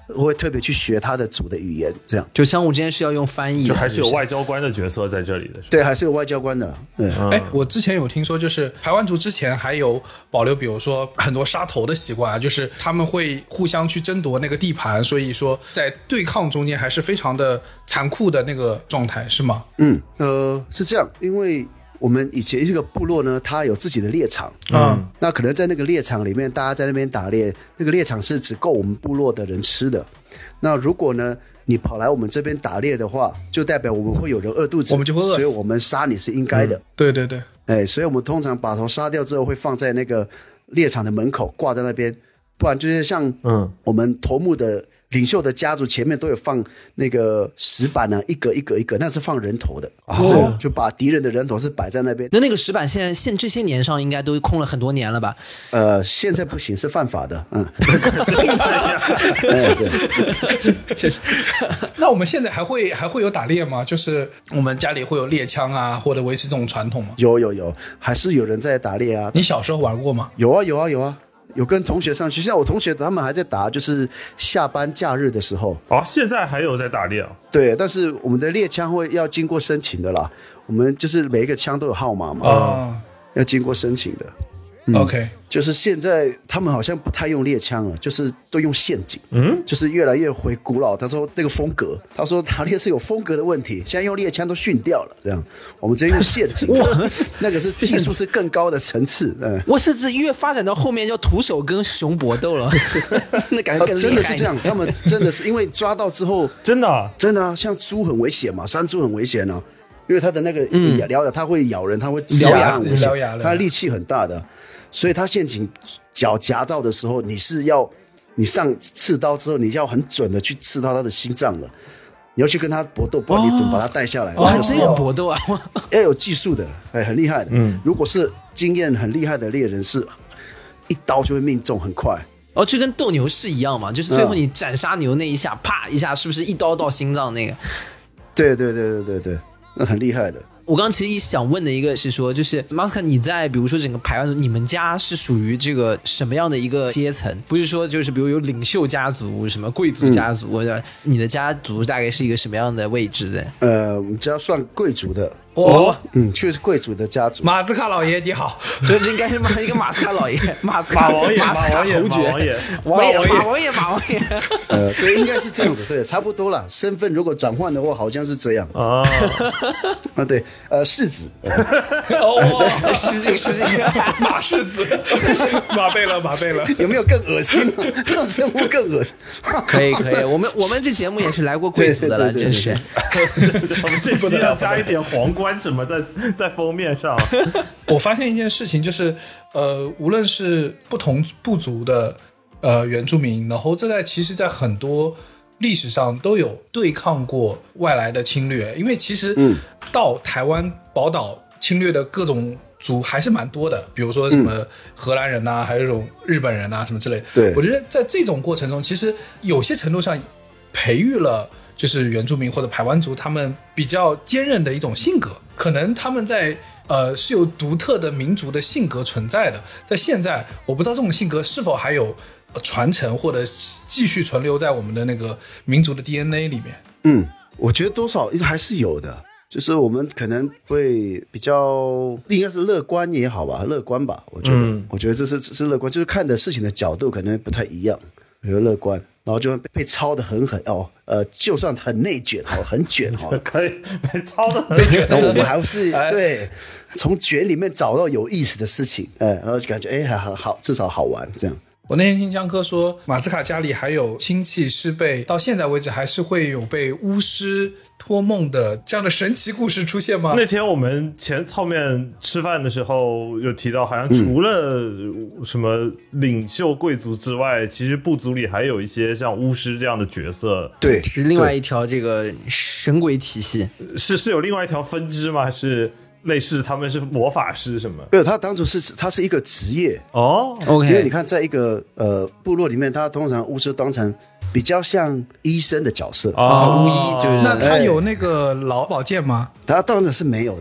我会特别去学他的族的语言，这样。 就相互之间是要用翻译的， 就还是有外交官的角色在这里的。 对，还是有外交官的。对， 哎、嗯，我之前有听说，就是排湾族之前还有保留，比如说很多杀头的习惯啊，就是他们会互相去争夺那个地盘，所以说在对抗中间还是非常的残酷的那个状态，是吗？ 嗯，呃，是这样，因为我们以前这个部落呢，它有自己的猎场， 嗯， 那可能在那个猎场里面，大家在那边打猎，那个猎场是只够我们部落的人吃的。那如果呢，你跑来我们这边打猎的话，就代表我们会有人饿肚子， 我们就会饿死， 所以我们杀你是应该的。嗯、 对对对， 哎，所以我们通常把头杀掉之后，会放在那个猎场的门口挂在那边，不然就是像嗯我们头目的领袖的家族前面都有放那个石板呢，一格一格一格，那是放人头的哦，就把敌人的人头是摆在那边。 那那个石板现在现这些年上应该都空了很多年了吧？ 呃，现在不行，是犯法的。嗯，哎， 对。那我们现在还会还会有打猎吗？就是我们家里会有猎枪啊，或者维持这种传统吗？ 有有有，还是有人在打猎啊。 你小时候玩过吗？ 有啊有啊有啊。有跟同学上去，像我同学他们还在打，就是下班假日的时候。 哦，现在还有在打猎啊？ 对，但是我们的猎枪会要经过申请的啦。我们就是每一个枪都有号码嘛，哦，要经过申请的。 嗯、OK， 就是现在他们好像不太用猎枪了，就是都用陷阱。嗯，就是越来越回古老。他说那个风格，他说打猎是有风格的问题，现在用猎枪都训掉了，这样我们直接用陷阱。哇，那个是技术是更高的层次。嗯， 我甚至越发展到后面要徒手跟熊搏斗了，那感觉更厉害、 啊。真的是这样，他们真的是因为抓到之后， 真的、啊、 真的啊，像猪很危险嘛，山猪很危险啊。因为它的那个獠牙，它会咬人，它会獠牙很危险，它力气很大的，所以它陷阱脚夹到的时候，你是要你上刺刀之后，你要很准的去刺到它的心脏了，你要去跟它搏斗，不然你怎么把它带下来？ 哇、哦，真有搏斗啊！ 要有技术的，哎，很厉害的。嗯，如果是经验很厉害的猎人，是一刀就会命中，很快。 哦，就跟斗牛士一样嘛，就是最后你斩杀牛那一下，啪一下，是不是一刀到心脏那个？ 对对对对对对。那很厉害的。 我刚刚其实想问的一个是说，就是马斯卡，你在比如说整个排湾族，你们家是属于这个什么样的一个阶层？不是说就是比如有领袖家族、什么贵族家族，或者、嗯、你的家族大概是一个什么样的位置的？ 呃，我们只要算贵族的。 哦， 嗯，确实贵族的家族。 马斯卡老爷你好， 所以这应该是一个马斯卡老爷，马斯卡马王爷， 马斯卡侯爵， 马王爷， 王爷，马王爷，马王爷。 呃，对，应该是这样子，对，差不多了。身份如果转换的话，好像是这样。 啊啊，对，呃，世子。 哦，失敬失敬，马世子，马贝了，马贝了。 有没有更恶心？这样节目更恶心。 可以，可以，我们我们这节目也是来过贵族的了，真是。 我们这期要加一点皇冠什么在在封面上。 我发现一件事情，就是呃，无论是不同部族的呃原住民，然后这在其实在很多历史上都有对抗过外来的侵略，因为其实到台湾宝岛侵略的各种族还是蛮多的，比如说什么荷兰人啊，还有这种日本人啊什么之类的。 对， 我觉得在这种过程中，其实有些程度上培育了就是原住民或者排湾族他们比较坚韧的一种性格，可能他们在呃是有独特的民族的性格存在的。在现在我不知道这种性格是否还有传承或者继续存留在我们的那个民族的 D N A 里面。 嗯，我觉得多少还是有的，就是我们可能会比较应该是乐观也好吧，乐观吧，我觉得、嗯、我觉得这是是乐观，就是看的事情的角度可能不太一样，我觉得乐观，然后就会被操得很狠哦，呃，就算很内卷哦，很卷哦， 可以被操得很卷，然后我们还是对从卷里面找到有意思的事情，哎，然后就感觉哎还好好，至少好玩这样。 我那天听江科说，马斯卡家里还有亲戚是被到现在为止还是会有被巫师托梦的这样的神奇故事出现吗？ 那天我们前操面吃饭的时候有提到，好像除了什么领袖贵族之外、嗯、其实部族里还有一些像巫师这样的角色。 对， 是另外一条这个神鬼体系。 是是有另外一条分支吗？还是类似他们是魔法师什么？ 没有，他当初是他是一个职业哦 ，OK。 因为你看，在一个呃部落里面，他通常巫师当成比较像医生的角色啊、哦，巫医就是。 那他有那个劳保健吗？ 他当然是没有的。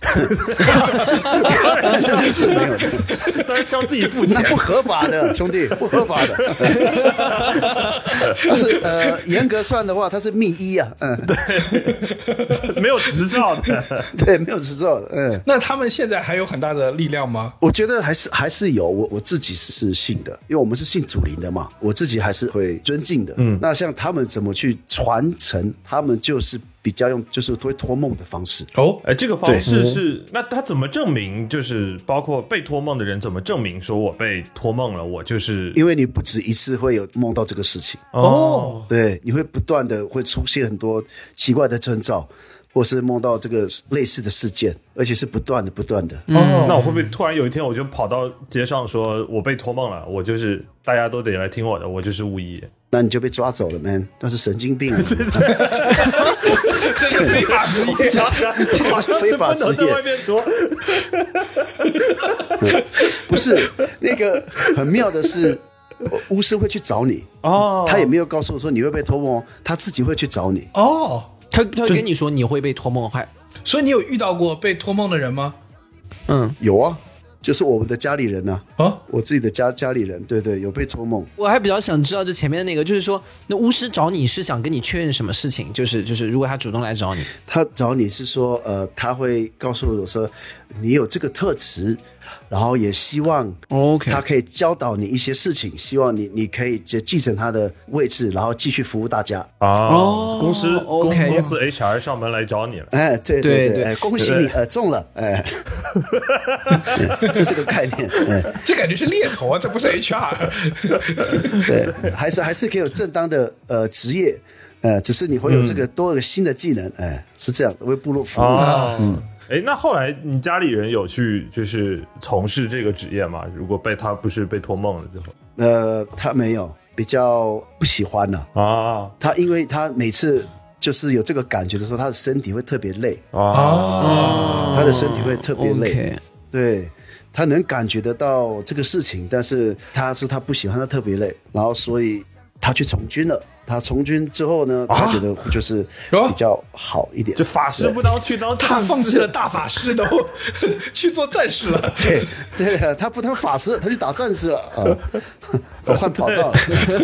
当然是要是没有的， 当然是要自己付钱那。不合法的，兄弟，不合法的。但是呃，严格算的话，他是密医啊，嗯， 没有执照的。 对，没有执照的，嗯。 那他们现在还有很大的力量吗？ 我觉得还是还是有，我我自己是信的，因为我们是信祖灵的嘛，我自己还是会尊敬的。嗯，那像他们怎么去传承，他们就是比较用就是会托梦的方式。 哦， 哎，这个方式是那他怎么证明？就是包括被托梦的人怎么证明说我被托梦了？我就是因为你不止一次会有梦到这个事情哦， 对，你会不断的会出现很多奇怪的征兆。或是梦到这个类似的事件，而且是不断的、不断的。 哦，那我会不会突然有一天我就跑到街上说我被托梦了？我就是大家都得来听我的，我就是巫医。 那你就被抓走了 ，man， 那是神经病、啊。 这是非法职业， 这是非法职业。 在外面说， 不是那个很妙的是，巫师会去找你哦，他也没有告诉我说你会被托梦，他自己会去找你哦。 他他会跟你说你会被托梦，还所以你有遇到过被托梦的人吗？ 嗯， 有啊，就是我们的家里人啊， 哦， 我自己的家家里人，对对，有被托梦。 我还比较想知道，就前面的那个，就是说，那巫师找你是想跟你确认什么事情？就是就是，如果他主动来找你， 他找你是说，呃，他会告诉我说，你有这个特质。然后也希望 OK 他可以教导你一些事情，希望你你可以继承他的位置，然后继续服务大家。 哦，公司 OK 公司 H R 上门来找你了。 哎，对对对， 对哎恭喜你，呃，中了，哎，就这个概念。哎， 这感觉是猎头啊，这不是 H R。 对，还是还是可以有正当的呃职业，呃，只是你会有这个多个新的技能，哎，是这样子，为部落服务。 哦、 嗯。 哎，那后来你家里人有去就是从事这个职业吗？如果被他不是被托梦了之后， 呃，他没有，比较不喜欢呢、啊。 啊， 他因为他每次就是有这个感觉的时候，他的身体会特别累啊， 他的身体会特别累。 Okay. 对，他能感觉得到这个事情，但是他是他不喜欢，他特别累，然后所以他去从军了。他从军之后呢，他觉得就是比较好一点， 就法师不当去当战士， 他放弃了大法师都去做战士了。 对对，他不当法师，他去打战士了啊，我换跑道了，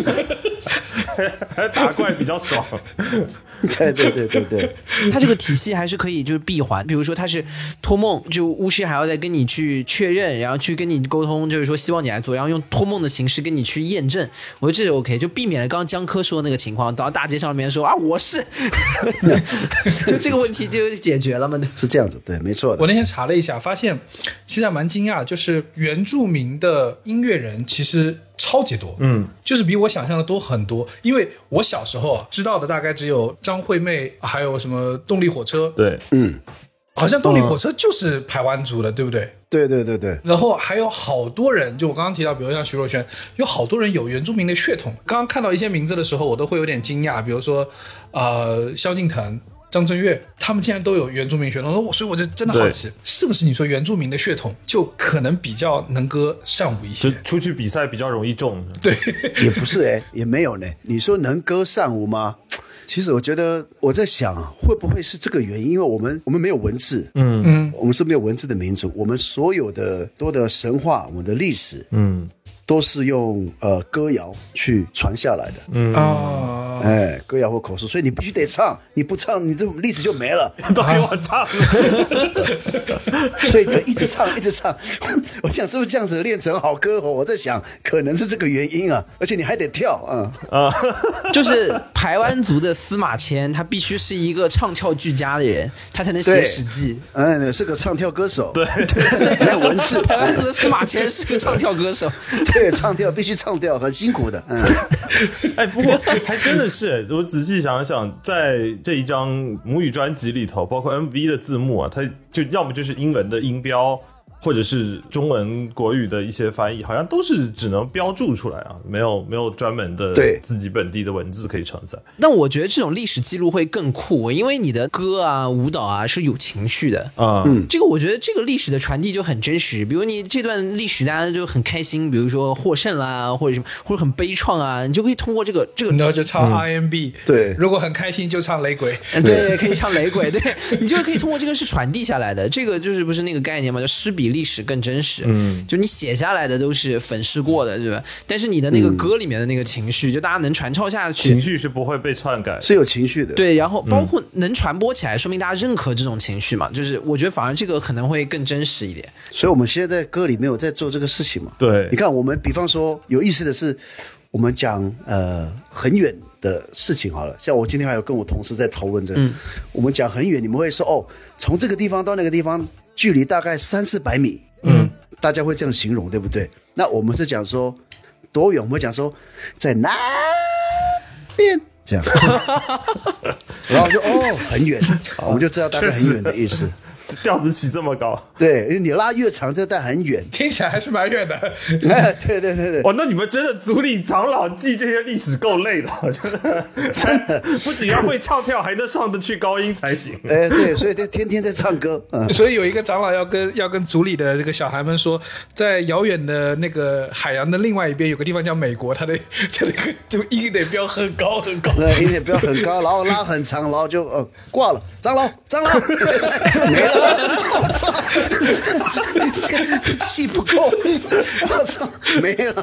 还打怪比较爽。 对对对对对， 他这个体系还是可以就是闭环，比如说他是托梦，就巫师还要再跟你去确认，然后去跟你沟通，就是说希望你来做，然后用托梦的形式跟你去验证。我觉得这是 OK， 就避免了刚刚江科说的那个情况，到大街上面说啊我是，就这个问题就解决了嘛？ 是这样子，对，没错的。 我那天查了一下，发现其实还蛮惊讶，就是原住民的音乐人其实超级多，嗯，就是比我想象的多很多。因为我小时候啊知道的大概只有张惠妹，还有什么动力火车， 对， 嗯， 好像动力火车就是排湾族的，对不对？ 对对对对， 然后还有好多人，就我刚刚提到，比如像徐若瑄，有好多人有原住民的血统。刚刚看到一些名字的时候，我都会有点惊讶，比如说，呃，萧敬腾、张震岳，他们竟然都有原住民血统，所以我就真的好奇，是不是你说原住民的血统就可能比较能歌善舞一些， 就出去比赛比较容易中？ 对， 也不是哎、欸，也没有呢。你说能歌善舞吗？其实我觉得我在想，会不会是这个原因？因为我们我们没有文字，嗯嗯，我们是没有文字的民族，我们所有的多的神话，我们的历史，嗯，都是用呃歌谣去传下来的，嗯啊，哎，歌谣或口述，所以你必须得唱，你不唱，你这历史就没了， 都给我唱， 所以你一直唱，一直唱。我想是不是这样子练成好歌喉？我在想，可能是这个原因啊，而且你还得跳啊啊，就是排湾族的司马迁，他必须是一个唱跳俱佳的人，他才能写史记。 嗯，是个唱跳歌手。 对对，没有文字。 排湾族的司马迁是个唱跳歌手。 对，唱跳必须唱跳，很辛苦的。嗯， 哎，不过还真的是，我仔细想想，在这一张母语专辑里头，包括 M V 的字幕啊，它就要么就是英文的音标， 或者是中文国语的一些翻译，好像都是只能标注出来啊，没有没有专门的自己本地的文字可以承载。 但我觉得这种历史记录会更酷，因为你的歌啊、舞蹈啊是有情绪的啊、 嗯，这个我觉得这个历史的传递就很真实。比如你这段历史大家就很开心，比如说获胜啦，或者什么，或者很悲怆啊，你就可以通过这个这个， 然后就唱 R and B，、嗯、 对， 如果很开心就唱雷鬼， 对，可以唱雷鬼，对，你就可以通过这个是传递下来的。这个就是不是那个概念嘛，叫诗比历史更真实。嗯，就你写下来的都是粉饰过的，对吧？但是你的那个歌里面的那个情绪，嗯、就大家能传唱下去， 情绪是不会被篡改， 是有情绪的。 对，然后包括能传播起来，说明大家认可这种情绪嘛。就是我觉得反而这个可能会更真实一点。 所以我们现在在歌里面有在做这个事情嘛。 对， 你看我们比方说有意思的是，我们讲呃很远的事情好了，像我今天还有跟我同事在讨论这个、嗯、我们讲很远，你们会说哦，从这个地方到那个地方距离大概三四百米，嗯，大家会这样形容，对不对？那我们是讲说多远，我们会讲说在那边这样，然后就哦很远，我们就知道大概很远的意思。 调子起这么高， 对，因为你拉越长，这带很远， 听起来还是蛮远的。 哎，对对对对， 哦，那你们真的族里长老记这些历史够累的，真的，真的，不仅要会唱跳，还能上得去高音才行。 哎，对，所以天天在唱歌，嗯， 所以有一个长老要跟要跟族里的这个小孩们说，在遥远的那个海洋的另外一边有个地方叫美国，它的它那个就音得标很高很高， 对，音得标很高，然后拉很长，然后就呃挂了，长老长老没了。我操！气不够，我操，没了。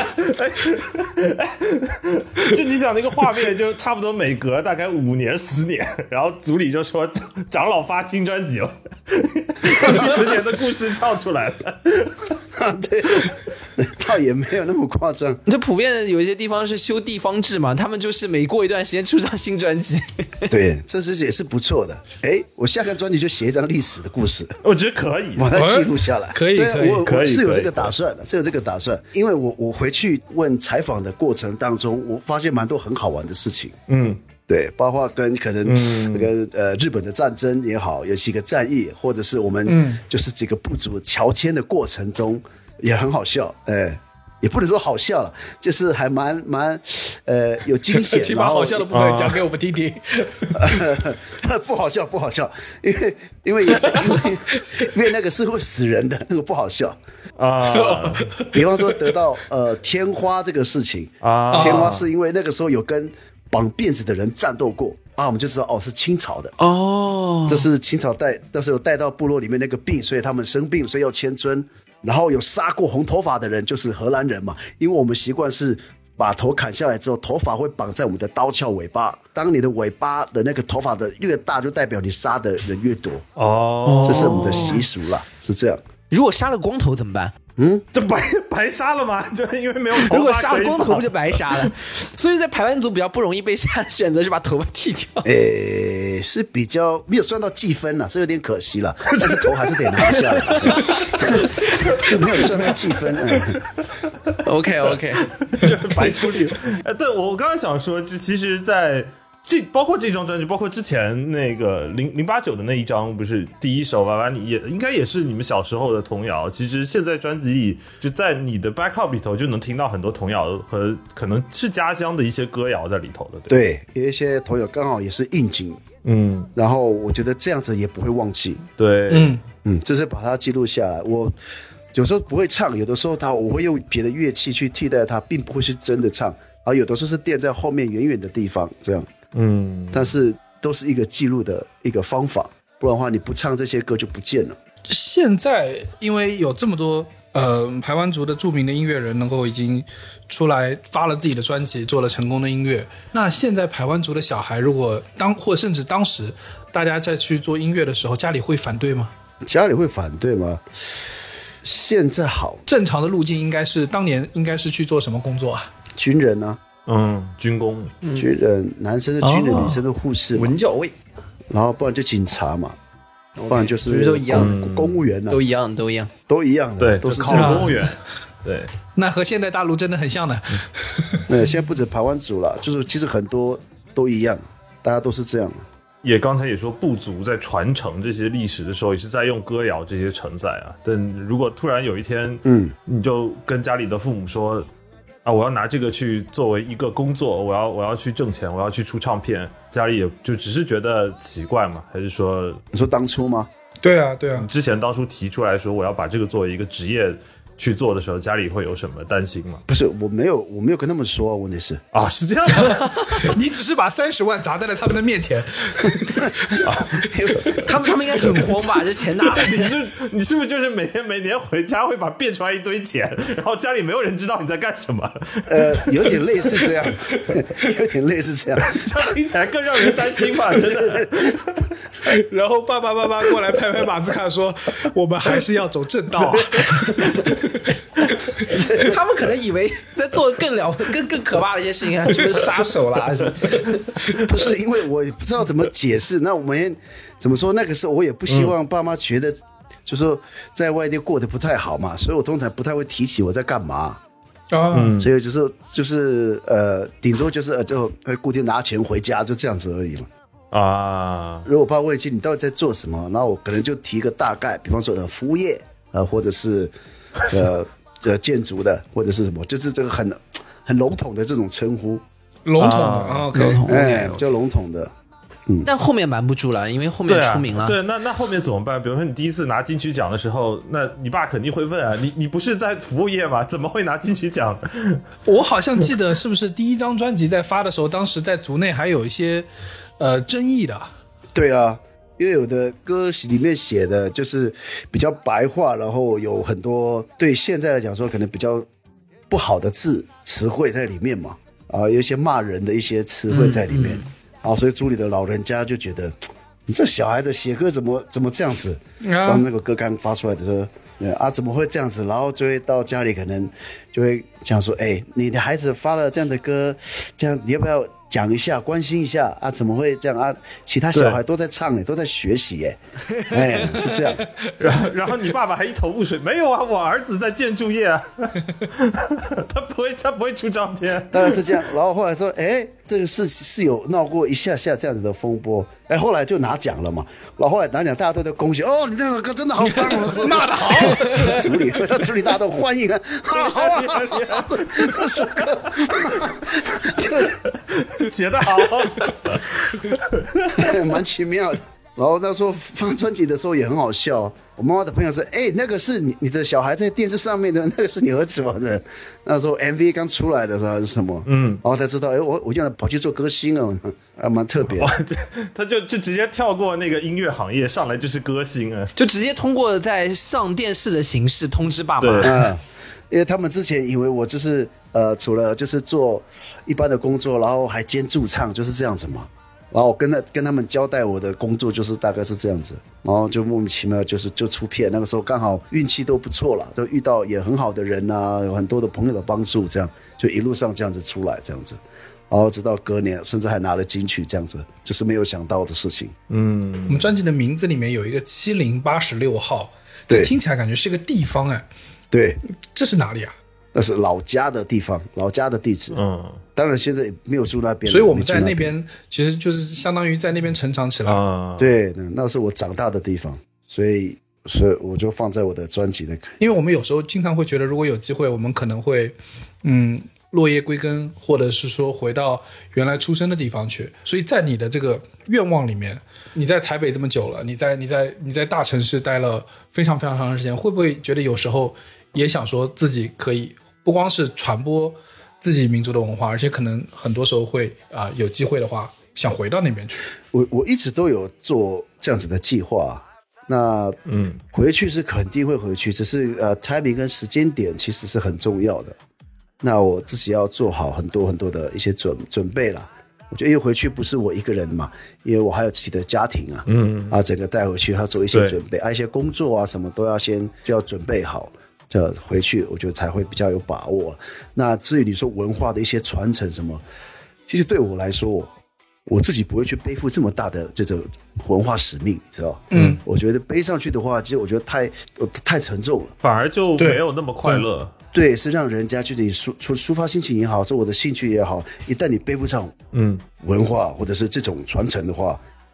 就你想那个画面，就差不多每隔大概五年、十年，然后组里就说长老发新专辑了，几十年的故事唱出来了。 对，倒也没有那么夸张。 这普遍有一些地方是修地方志嘛，他们就是每过一段时间出张新专辑。 对，这是也是不错的。哎，我下个专辑就写一张历史的故事， 我觉得可以， 把它记录下来。 可以，可以， 我可以， 是有这个打算的，是有这个打算。因为我我回去问采访的过程当中，我发现蛮多很好玩的事情。嗯。对，包括跟可能那个、嗯、呃日本的战争也好，有几个战役，或者是我们就是这个部族乔迁的过程中也很好笑，哎，也不能说好笑了，就是还蛮蛮呃有惊险， 请把好笑的部分讲给我们听听。 不好笑，不好笑，因为因为因为因为那个是会死人的，那个不好笑啊。比方说得到呃天花这个事情啊，天花是因为那个时候有跟绑辫子的人战斗过啊，我们就知道哦是清朝的哦，这是清朝带，但是有带到部落里面那个病，所以他们生病，所以要迁尊。然后有杀过红头发的人就是荷兰人嘛，因为我们习惯是把头砍下来之后，头发会绑在我们的刀鞘尾巴，当你的尾巴的那个头发的越大，就代表你杀的人越多哦，这是我们的习俗啦，是这样。 如果杀了光头怎么办？ 嗯，就白白杀了吗？就因为没有头发。 如果杀了光头不就白杀了？所以在排湾族比较不容易被杀的选择是把头发剃掉。 诶，是比较没有算到计分了，是有点可惜了，但是头还是得拿下来，就没有算到计分。 嗯、OK OK， 就是白处理了。呃，对，我刚刚想说，就其实，在。这包括这张专辑，包括之前那个零零八九的那一张，不是第一首《娃娃你》也应该也是你们小时候的童谣。其实现在专辑里，就在你的 backup 里头就能听到很多童谣和可能是家乡的一些歌谣在里头的。 对，对，有一些童谣刚好也是应景，嗯，然后我觉得这样子也不会忘记。 对，嗯嗯，这是把它记录下来。我有时候不会唱，有的时候它我会用别的乐器去替代它，并不会是真的唱，而有的时候是垫在后面远远的地方这样。嗯，但是都是一个记录的一个方法，不然的话你不唱这些歌就不见了。 现在因为有这么多呃排湾族的著名的音乐人能够已经出来发了自己的专辑，做了成功的音乐，那现在排湾族的小孩如果当或甚至当时大家在去做音乐的时候，家里会反对吗？ 家里会反对吗？现在好， 正常的路径应该是当年应该是去做什么工作啊？ 军人啊。 嗯，军工， 军人，男生的军人，哦、女生的护士， 文教卫， 然后不然就警察嘛， okay, 不然就是都一样， 嗯、公务员啊， 都一样，都一样， 都一样的， 对， 都是考公务员，对， 那和现代大陆真的很像的。 对，现在不止排湾族了，就是其实很多都一样，大家都是这样。 也刚才也说部族在传承这些历史的时候，也是在用歌谣这些承载啊。但如果突然有一天，嗯，你就跟家里的父母说，啊，我要拿这个去作为一个工作，我要我要去挣钱，我要去出唱片，家里也就只是觉得奇怪嘛？还是说你说当初吗？ 对啊，对啊， 你之前当初提出来说我要把这个作为一个职业去做的时候，家里会有什么担心吗？ 不是，我没有，我没有跟他们说，问题是啊，是这样的， 你只是把三十万砸在了他们的面前， 他们他们应该很慌吧？这钱哪来？ 你是你是不是就是每天每年回家会把变出来一堆钱，然后家里没有人知道你在干什么？ 呃，有点类似这样，有点类似这样， 这样听起来更让人担心吧？真的。 然后爸爸妈妈过来拍拍马斯卡说：“我们还是要走正道啊。” 他们可能以为在做更了更更可怕的一些事情啊，什么杀手啦什么。 不是因为我也不知道怎么解释。那我们怎么说？那个时候我也不希望爸妈觉得，就是说在外地过得不太好嘛，所以我通常不太会提起我在干嘛。 啊、 嗯，所以就是就是呃，顶多就是呃，就会固定拿钱回家，就这样子而已嘛。 啊， 如果爸问起你到底在做什么，那我可能就提个大概，比方说呃服务业，呃或者是呃呃建筑的，或者是什么，就是这个很很笼统的这种称呼， 笼统的啊 ，OK， 笼统哎，比较笼统的。 嗯，但后面瞒不住了，因为后面出名了。 对啊，对，那那后面怎么办？比如说你第一次拿金曲奖的时候，那你爸肯定会问啊，你你不是在服务业吗？怎么会拿金曲奖？ 我好像记得是不是第一张专辑在发的时候，当时在族内还有一些呃争议的。 对啊，因为有的歌里面写的就是比较白话，然后有很多对现在来讲说可能比较不好的字词汇在里面嘛，啊，有一些骂人的一些词汇在里面。嗯嗯啊，所以组里的老人家就觉得，你这小孩子写歌怎么怎么这样子？当那个歌刚发出来的时候，啊，怎么会这样子？然后就会到家里可能就会讲说，哎，你的孩子发了这样的歌，这样子你要不要讲一下，关心一下啊？怎么会这样啊？其他小孩都在唱，都在学习耶，哎，是这样。 然后，然后你爸爸还一头雾水，没有啊，我儿子在建筑业啊，他不会，他不会出张天。 当然是这样。然后后来说，哎，这个事是有闹过一下下这样子的风波，哎，后来就拿奖了嘛。然后后来拿奖，大家都在恭喜，哦，你那首歌真的好棒哦，骂得好，组里组里大家都欢迎啊，好好啊，这首歌， 写得好， 蛮奇妙的。然后那时候放专辑的时候也很好笑，我妈妈的朋友说：“哎、欸，那个是你你的小孩在电视上面的，那个是你儿子吗？”的那时候 M V 刚出来的时候还是什么，嗯，然后才知道，哎、欸，我我原来跑去做歌星了，还蛮特别的。 他就就直接跳过那个音乐行业，上来就是歌星啊， 就直接通过在上电视的形式通知爸妈。 嗯，因为他们之前以为我就是呃，除了就是做一般的工作，然后还兼驻唱，就是这样子嘛。然后我跟他跟他们交代我的工作就是大概是这样子，然后就莫名其妙就是就出片，那个时候刚好运气都不错了，就遇到也很好的人啊，有很多的朋友的帮助，这样就一路上这样子出来这样子，然后直到隔年甚至还拿了金曲这样子，这是没有想到的事情。 嗯，我们专辑的名字里面有一个七零八十六号， 对， 听起来感觉是个地方哎， 对， 这是哪里啊？ 那是老家的地方，老家的地址。嗯，当然现在没有住那边， 所以我们在那边其实就是相当于在那边成长起来。 嗯，对，那是我长大的地方，所以所以我就放在我的专辑那。 因为我们有时候经常会觉得，如果有机会，我们可能会嗯落叶归根，或者是说回到原来出生的地方去。所以在你的这个愿望里面，你在台北这么久了，你在你在你在大城市待了非常非常长时间，会不会觉得有时候也想说自己可以？不光是传播自己民族的文化，而且可能很多时候会啊、呃、有机会的话，想回到那边去。 我我一直都有做这样子的计划，那嗯，回去是肯定会回去，只是呃 timing 跟时间点其实是很重要的。那我自己要做好很多很多的一些准准备啦。我觉得因为回去不是我一个人嘛，因为我还有自己的家庭啊，嗯啊，整个带回去要做一些准备，啊一些工作啊什么都要先就要准备好。就回去我觉得才会比较有把握。那至于你说文化的一些传承什么，其实对我来说我自己不会去背负这么大的这种文化使命，你知道？嗯，我觉得背上去的话，其实我觉得太太沉重了， 反而就没有那么快乐。 对，对是让人家去抒抒抒发心情也好，是我的兴趣也好，一旦你背不上嗯文化或者是这种传承的话，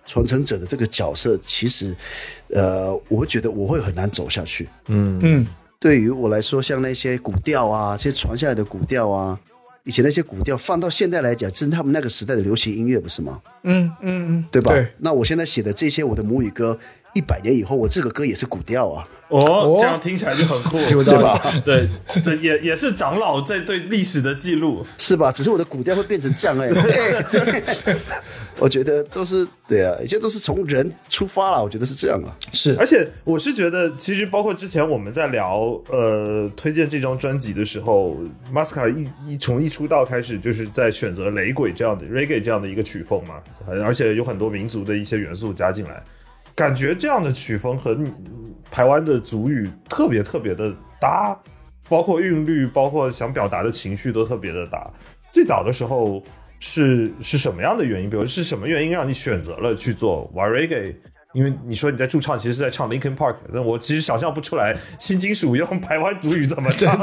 传承者的这个角色，其实呃，我会觉得我会很难走下去。 嗯嗯， 对于我来说，像那些古调啊，这些传下来的古调啊，以前那些古调放到现在来讲，这是他们那个时代的流行音乐，不是吗？ 嗯嗯嗯， 对吧？ 对， 那我现在写的这些我的母语歌，一百年以后，我这个歌也是古调啊。 哦，这样听起来就很酷， 有道理。 对，这也也是长老在对历史的记录， 是吧？只是我的古调会变成这样哎、欸，我觉得都是对啊，一切都是从人出发了，我觉得是这样啊。 是， 而且我是觉得，其实包括之前我们在聊呃推荐这张专辑的时候，马斯卡一一从一出道开始就是在选择雷鬼这样的 reggae 这样的一个曲风嘛，而且有很多民族的一些元素加进来，感觉这样的曲风和台湾的族语特别特别的搭，包括韵律，包括想表达的情绪都特别的搭。最早的时候是是什么样的原因？比如是什么原因让你选择了去做玩 reggae？因为你说你在驻唱，其实是在唱 Linkin Park， 但我其实想象不出来新金属用台湾族语怎么唱。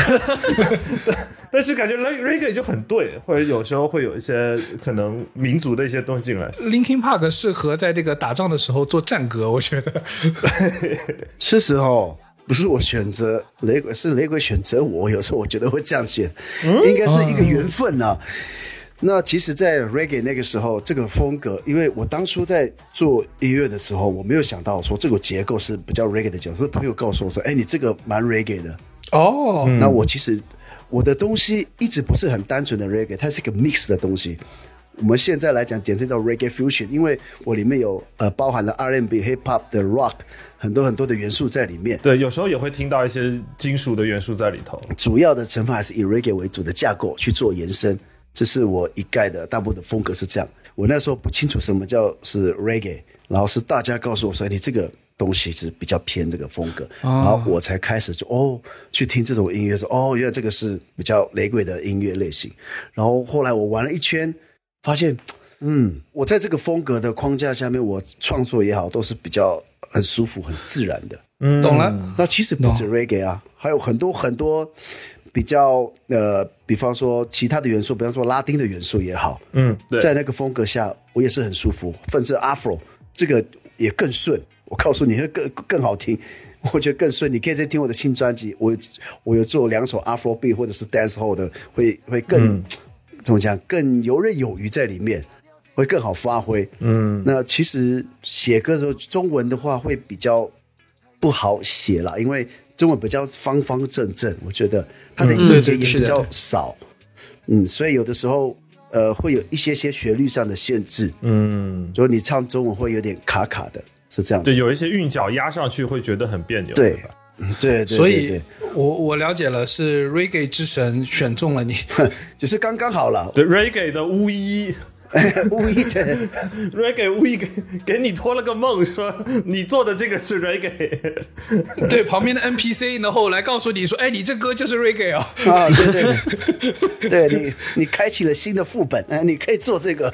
但是感觉 reggae 就很对，或者有时候会有一些可能民族的一些东西进来。 Linkin Park 适合在这个打仗的时候做战歌，我觉得。 是时候不是我选择雷鬼，是雷鬼选择我。有时候我觉得会这样选，嗯、应该是一个缘分啊。嗯那其实，在 reggae 那个时候，这个风格，因为我当初在做音乐的时候，我没有想到说这个结构是比较 reggae 的角色。朋友告诉我说：“哎，你这个蛮 reggae 的。” 哦， 那我其实我的东西一直不是很单纯的 reggae， 它是一个 mix 的东西。我们现在来讲，简称叫 reggae fusion， 因为我里面有呃包含了 R and B、hip hop 的 rock， 很多很多的元素在里面。 对，有时候也会听到一些金属的元素在里头。 主要的成分还是以 reggae 为主的架构去做延伸。这是我一概的大部分的风格是这样。我那时候不清楚什么叫是 reggae， 然后是大家告诉我说你这个东西是比较偏这个风格，哦、然后我才开始就哦去听这种音乐，说哦原来这个是比较雷鬼的音乐类型。然后后来我玩了一圈，发现嗯我在这个风格的框架下面，我创作也好都是比较很舒服、很自然的。 嗯，懂了。 那其实不止 reggae 啊，还有很多很多。比较呃，比方说其他的元素，比方说拉丁的元素也好， 嗯，对， 在那个风格下，我也是很舒服。甚至 Afro 这个也更顺，我告诉你会更更好听，我觉得更顺。你可以再听我的新专辑，我我有做两首 Afro beat 或者是 dancehall 的，会会更、嗯、怎么讲，更游刃有余在里面，会更好发挥。嗯，那其实写歌的时候，中文的话会比较不好写啦，因为中文比较方方正正，我觉得它的音节也比较少，嗯，所以有的时候呃会有一些些旋律上的限制，嗯，所以你唱中文会有点卡卡的，是这样子。 对，有一些韵脚压上去会觉得很别扭， 对， 对吧？ 嗯、对, 对, 对, 对， 所以我我了解了，是 reggae 之神选中了你， 就是刚刚好了。 对 ，reggae 的巫医。 巫医的 reggae 巫医给给你托了个梦，说你做的这个是 reggae， 对，旁边的 N P C 然后来告诉你说，哎，你这歌就是 reggae 啊， 啊，对对对，对你你开启了新的副本，哎，你可以做这个，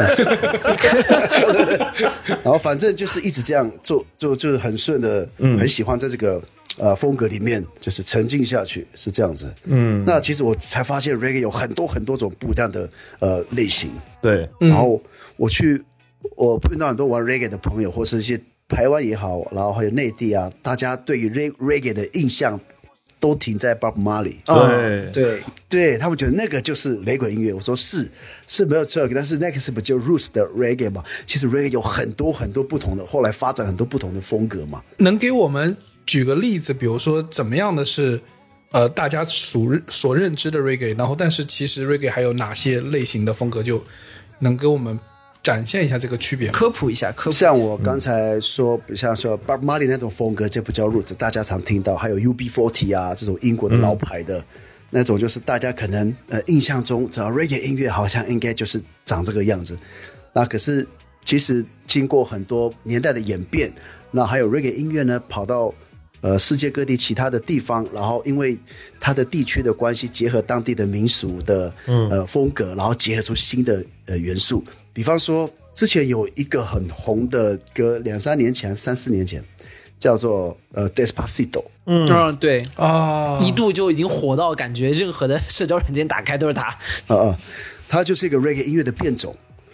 然后反正就是一直这样做，就就是很顺的，嗯，很喜欢在这个。呃，风格里面就是沉浸下去，是这样子。嗯，那其实我才发现 reggae 有很多很多种不一样的呃类型。 对， 然后我去我碰到很多玩 reggae 的朋友，或是一些台湾也好，然后还有内地啊，大家对于 reggae 的印象都停在 Bob Marley。 对、 哦、对对，他们觉得那个就是雷鬼音乐。我说是是没有错，但是那个是不就 roots 的 reggae 嘛？其实 reggae 有很多很多不同的，后来发展很多不同的风格嘛。 能给我们举个例子，比如说怎么样的是呃大家所所认知的 reggae， 然后但是其实 reggae 还有哪些类型的风格，就能给我们展现一下这个区别， 科普一下。科普像我刚才说，嗯、像说 Bob Marley 那种风格，这不叫 roots， 大家常听到，还有 U B 四十 啊这种英国的老牌的、嗯、那种，就是大家可能呃印象中，只要 reggae 音乐好像应该就是长这个样子。那可是其实经过很多年代的演变，那还有 reggae 音乐呢跑到呃，世界各地其他的地方，然后因为它的地区的关系，结合当地的民俗的呃风格，然后结合出新的呃元素。比方说，之前有一个很红的歌，两三年前、三四年前，叫做呃 Despacito。 嗯，嗯对啊， 一度就已经火到感觉任何的社交软件打开都是它。 啊啊，它就是一个 reggae 音乐的变种。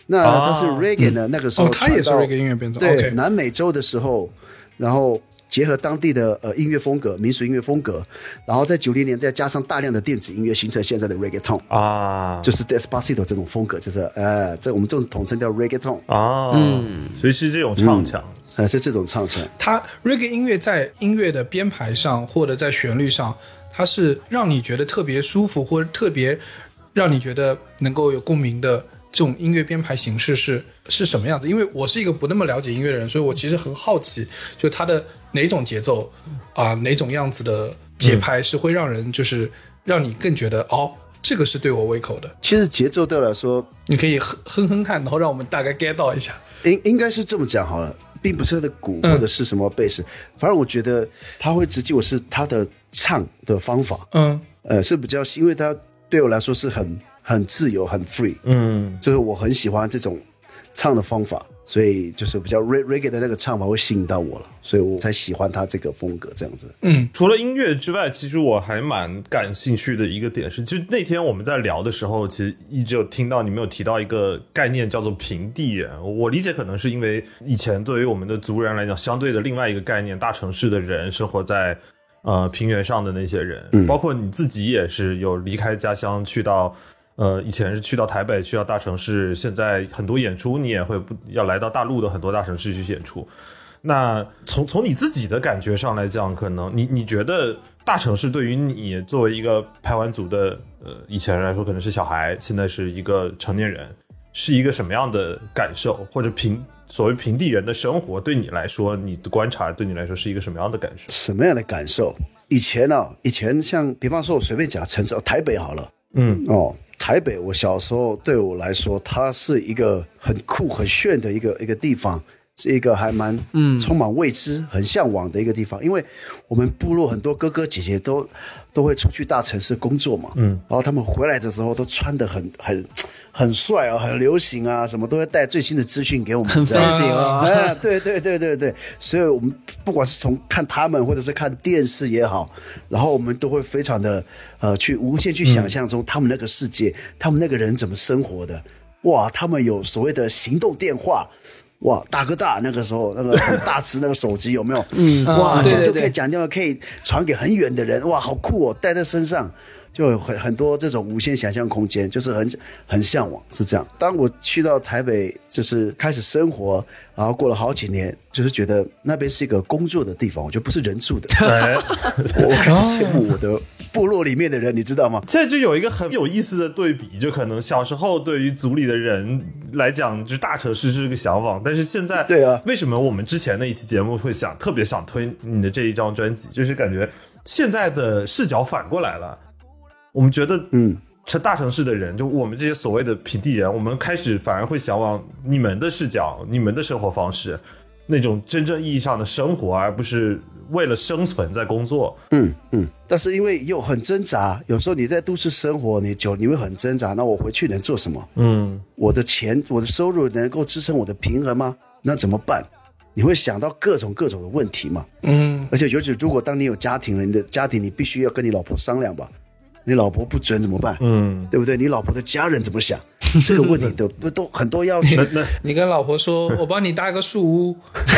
那他是 reggae 呢，嗯、那个时候哦，他也是 reggae 音乐编奏， 对， okay. 南美洲的时候，然后结合当地的呃音乐风格、民俗音乐风格，然后在九零年再加上大量的电子音乐，形成现在的 reggaeton 啊，就是 Despacito 这种风格，就是呃，这我们这种统称叫 reggaeton 啊，嗯，所以是这种唱腔。嗯呃，是这种唱腔。 它 reggae 音乐在音乐的编排上，或者在旋律上，它是让你觉得特别舒服，或者特别让你觉得能够有共鸣的这种音乐编排形式是是什么样子？因为我是一个不那么了解音乐的人，所以我其实很好奇，就它的哪种节奏啊、呃，哪种样子的节拍是会让人就是让你更觉得哦，这个是对我胃口的。 其实节奏对我来说， 你可以哼哼哼看，然后让我们大概 get 到一下。 应应该是这么讲好了。并不是他的鼓或者是什么贝斯、嗯，反正我觉得他会直击我是他的唱的方法，嗯，呃是比较，因为他对我来说是很很自由很 free， 嗯，就是我很喜欢这种唱的方法，所以就是比较 reggae 的那个唱法会吸引到我了，所以我才喜欢他这个风格这样子。 嗯，除了音乐之外，其实我还蛮感兴趣的一个点是，就那天我们在聊的时候，其实一直有听到你们有提到一个概念叫做平地人。我理解可能是因为以前对于我们的族人来讲，相对的另外一个概念，大城市的人生活在呃平原上的那些人、嗯，包括你自己也是有离开家乡去到。呃，以前是去到台北，去到大城市，现在很多演出你也会不要来到大陆的很多大城市去演出。那从从你自己的感觉上来讲，可能你你觉得大城市对于你作为一个排湾族的呃以前来说可能是小孩，现在是一个成年人，是一个什么样的感受？或者平所谓平地人的生活对你来说，你的观察对你来说是一个什么样的感受？ 什么样的感受？以前啊，以前像比方说我随便讲城市，台北好了，嗯哦。台北，我小时候对我来说，它是一个很酷、很炫的一个一个地方，是一个还蛮嗯充满未知、很向往的一个地方。因为我们部落很多哥哥姐姐都都会出去大城市工作嘛，嗯，然后他们回来的时候都穿得很很很帅啊，很流行啊，什么都会带最新的资讯给我们， 很 fancy 啊， 哎，对对对对对，所以我们不管是从看他们或者是看电视也好，然后我们都会非常的呃去无限去想象中他们那个世界，嗯、他们那个人怎么生活的，哇，他们有所谓的行动电话。哇，大哥大那个时候那个很大只那个手机有没有？嗯，哇，这样就可以讲电话，可以传给很远的人，哇，好酷哦，带在身上。就有很很多这种无限想象空间，就是很很向往，是这样。当我去到台北，就是开始生活，然后过了好几年，就是觉得那边是一个工作的地方，我觉得不是人住的。我开始羡慕我的部落里面的人，你知道吗？ 现在就有一个很有意思的对比，就可能小时候对于族里的人来讲，就是大城市是个向往，但是现在， 对啊， 为什么我们之前的一期节目会想特别想推你的这一张专辑，就是感觉现在的视角反过来了。我们觉得，嗯，大城市的人，就我们这些所谓的平地人，我们开始反而会向往你们的视角、你们的生活方式，那种真正意义上的生活，而不是为了生存在工作。 嗯嗯。但是因为又很挣扎，有时候你在都市生活，你久你会很挣扎。那我回去能做什么？嗯，我的钱、我的收入能够支撑我的平衡吗？那怎么办？你会想到各种各种的问题嘛。嗯。而且尤其如果当你有家庭了，你的家庭你必须要跟你老婆商量吧。你老婆不准怎么办？嗯，对不对？你老婆的家人怎么想？这个问题都不都很多要求。 你跟老婆说，我帮你搭个树屋，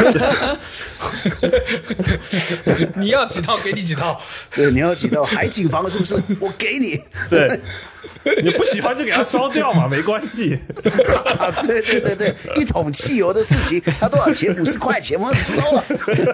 你要几套给你几套。 对，你要几套海景房是不是？我给你。 对，你不喜欢就给他烧掉嘛，没关系。 对对对对，一桶汽油的事情，它多少钱？五十块钱，我烧了。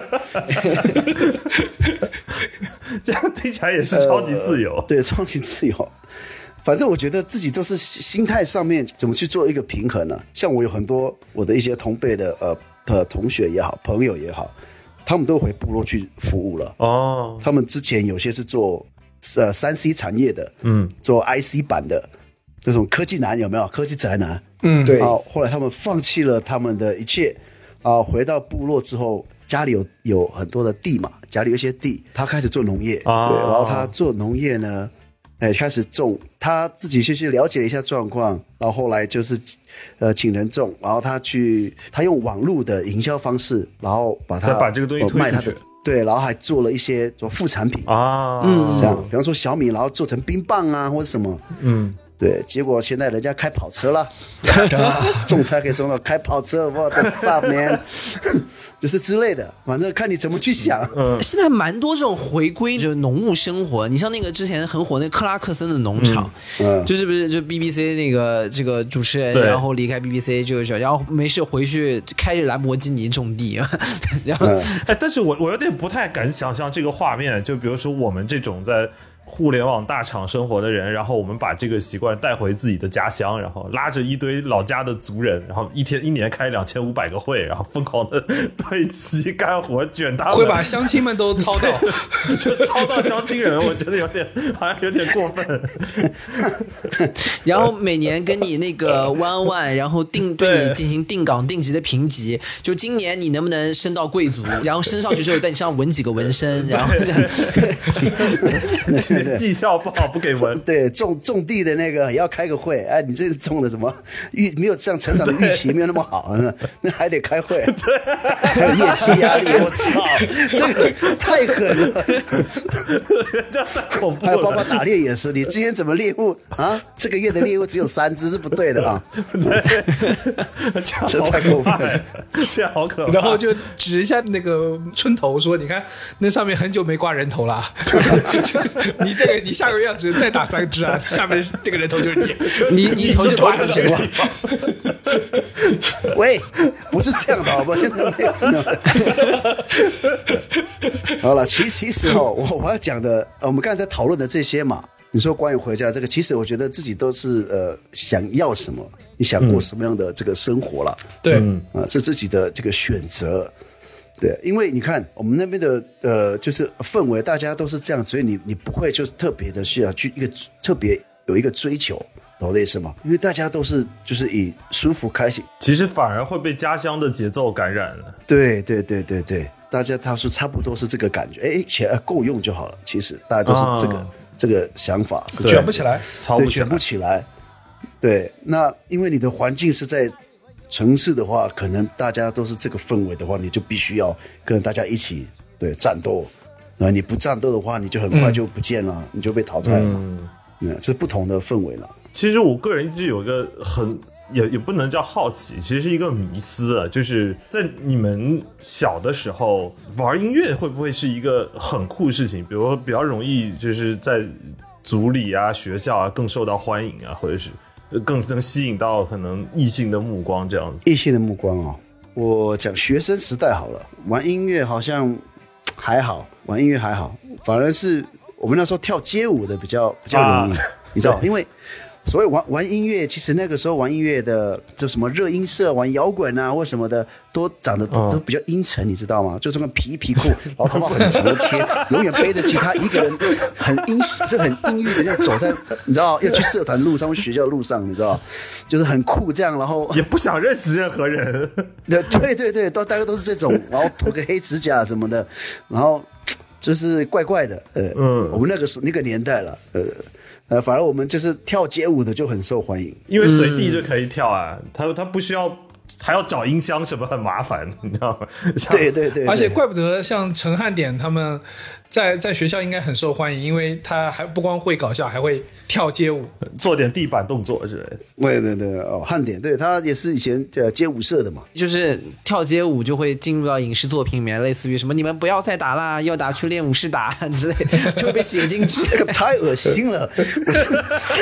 这样听起来也是超级自由。 呃、对，超级自由。反正我觉得自己都是心态上面怎么去做一个平衡呢、啊？像我有很多我的一些同辈的呃呃同学也好，朋友也好，他们都回部落去服务了。哦，他们之前有些是做呃三 C 产业的，嗯，做 I C 版的这种科技男有没有？科技宅男，嗯，对。啊，后来他们放弃了他们的一切，啊，回到部落之后。家里有有很多的地嘛，家里有一些地，他开始做农业，哦、对，然后他做农业呢，哎，开始种，他自己去去了解了一下状况，然后后来就是，呃，请人种，然后他去，他用网络的营销方式，然后把他把这个东西推出去， 卖他的，对，然后还做了一些做副产品啊，嗯，这样，比方说小米，然后做成冰棒啊或者什么，嗯。 对，结果现在人家开跑车了，种菜可以种到开跑车，我的 fuck man， 就是之类的，反正看你怎么去想。 嗯，现在蛮多这种回归就是农务生活，你像那个之前很火那个克拉克森的农场，嗯，就是不是就 B B C 那个这个主持人，然后离开 B B C 就是，然后没事回去开着兰博基尼种地，然后， 嗯、哎，但是我我有点不太敢想象这个画面，就比如说我们这种在互联网大厂生活的人，然后我们把这个习惯带回自己的家乡，然后拉着一堆老家的族人，然后一天一年开两千五百个会，然后疯狂的对齐干活卷他们， 会把乡亲们都操到， 就操到乡亲人，我觉得有点好像有点过分。 然后每年跟你那个弯弯，然后定对你进行定岗定级的评级，就今年你能不能升到贵族，然后升上去之后带你上纹几个纹身，然后这样。 绩效不好不给纹， 对，种种地的那个也要开个会，哎，你这种的怎么预没有这样成长的预期没有那么好，那还得开会，还有业绩压力，我操，这个太狠了， 这太恐怖了。 还有包括打猎也是，你今天怎么猎物啊？这个月的猎物只有三只，是不对的啊， 这太过分，这样好可怕。 然后就指一下那个村头说，你看那上面很久没挂人头了。你这个，你下个月只再打三只啊！下面这个人头就是你，你你头就挂上去了。 喂，不是这样的，好不好？现在没有。好了，其其实哦，我我要讲的，我们刚才在讨论的这些嘛，你说关于回家这个，其实我觉得自己都是呃想要什么，你想过什么样的这个生活了？ 对， 嗯啊，这自己的这个选择。对，因为你看我们那边的呃，就是氛围，大家都是这样，所以你你不会就是特别的需要去一个特别有一个追求，懂我的意思吗？因为大家都是就是以舒服开心， 其实反而会被家乡的节奏感染了。 对对对对对，大家他说差不多是这个感觉，哎，钱够用就好了。其实大家都是这个、啊、这个想法，是卷不起来， 对，卷不起来。对，那因为你的环境是在。城市的话，可能大家都是这个氛围的话，你就必须要跟大家一起对战斗啊！你不战斗的话，你就很快就不见了，嗯、你就被淘汰了。嗯，嗯这是不同的氛围了。 其实我个人一直有一个很也也不能叫好奇，其实是一个迷思啊，就是在你们小的时候玩音乐会不会是一个很酷的事情？比如说比较容易就是在组里啊、学校啊更受到欢迎啊，或者是。更能吸引到可能异性的目光，这样子。 异性的目光哦，我讲学生时代好了，玩音乐好像还好，玩音乐还好，反而是我们那时候跳街舞的比较比较容易，啊、你知道，因为所谓玩玩音乐，其实那个时候玩音乐的，就什么热音社、玩摇滚啊或什么的，都长得都比较阴沉，你知道吗？就这个皮皮裤，然后头发很长的贴，永远背着吉他，一个人很阴，这很阴郁的这样走在，你知道要去社团路上、学校路上，你知道，就是很酷这样，然后也不想认识任何人。 对对对，都大家都是这种，然后涂个黑指甲什么的，然后就是怪怪的，呃，嗯，我们那个是那个年代了，呃。呃，反而我们就是跳街舞的就很受欢迎， 因为随地就可以跳啊，他、嗯、他不需要还要找音箱什么，很麻烦，你知道吗？ 对对 对, 对， 而且怪不得像陈汉典他们在在学校应该很受欢迎，因为他还不光会搞笑，还会跳街舞， 做点地板动作之类的。 对对对，哦，汉典，对他也是以前呃街舞社的嘛， 就是跳街舞就会进入到影视作品里面，类似于什么你们不要再打啦，要打去练武士打之类，就会被写进去。 那个太恶心了，我是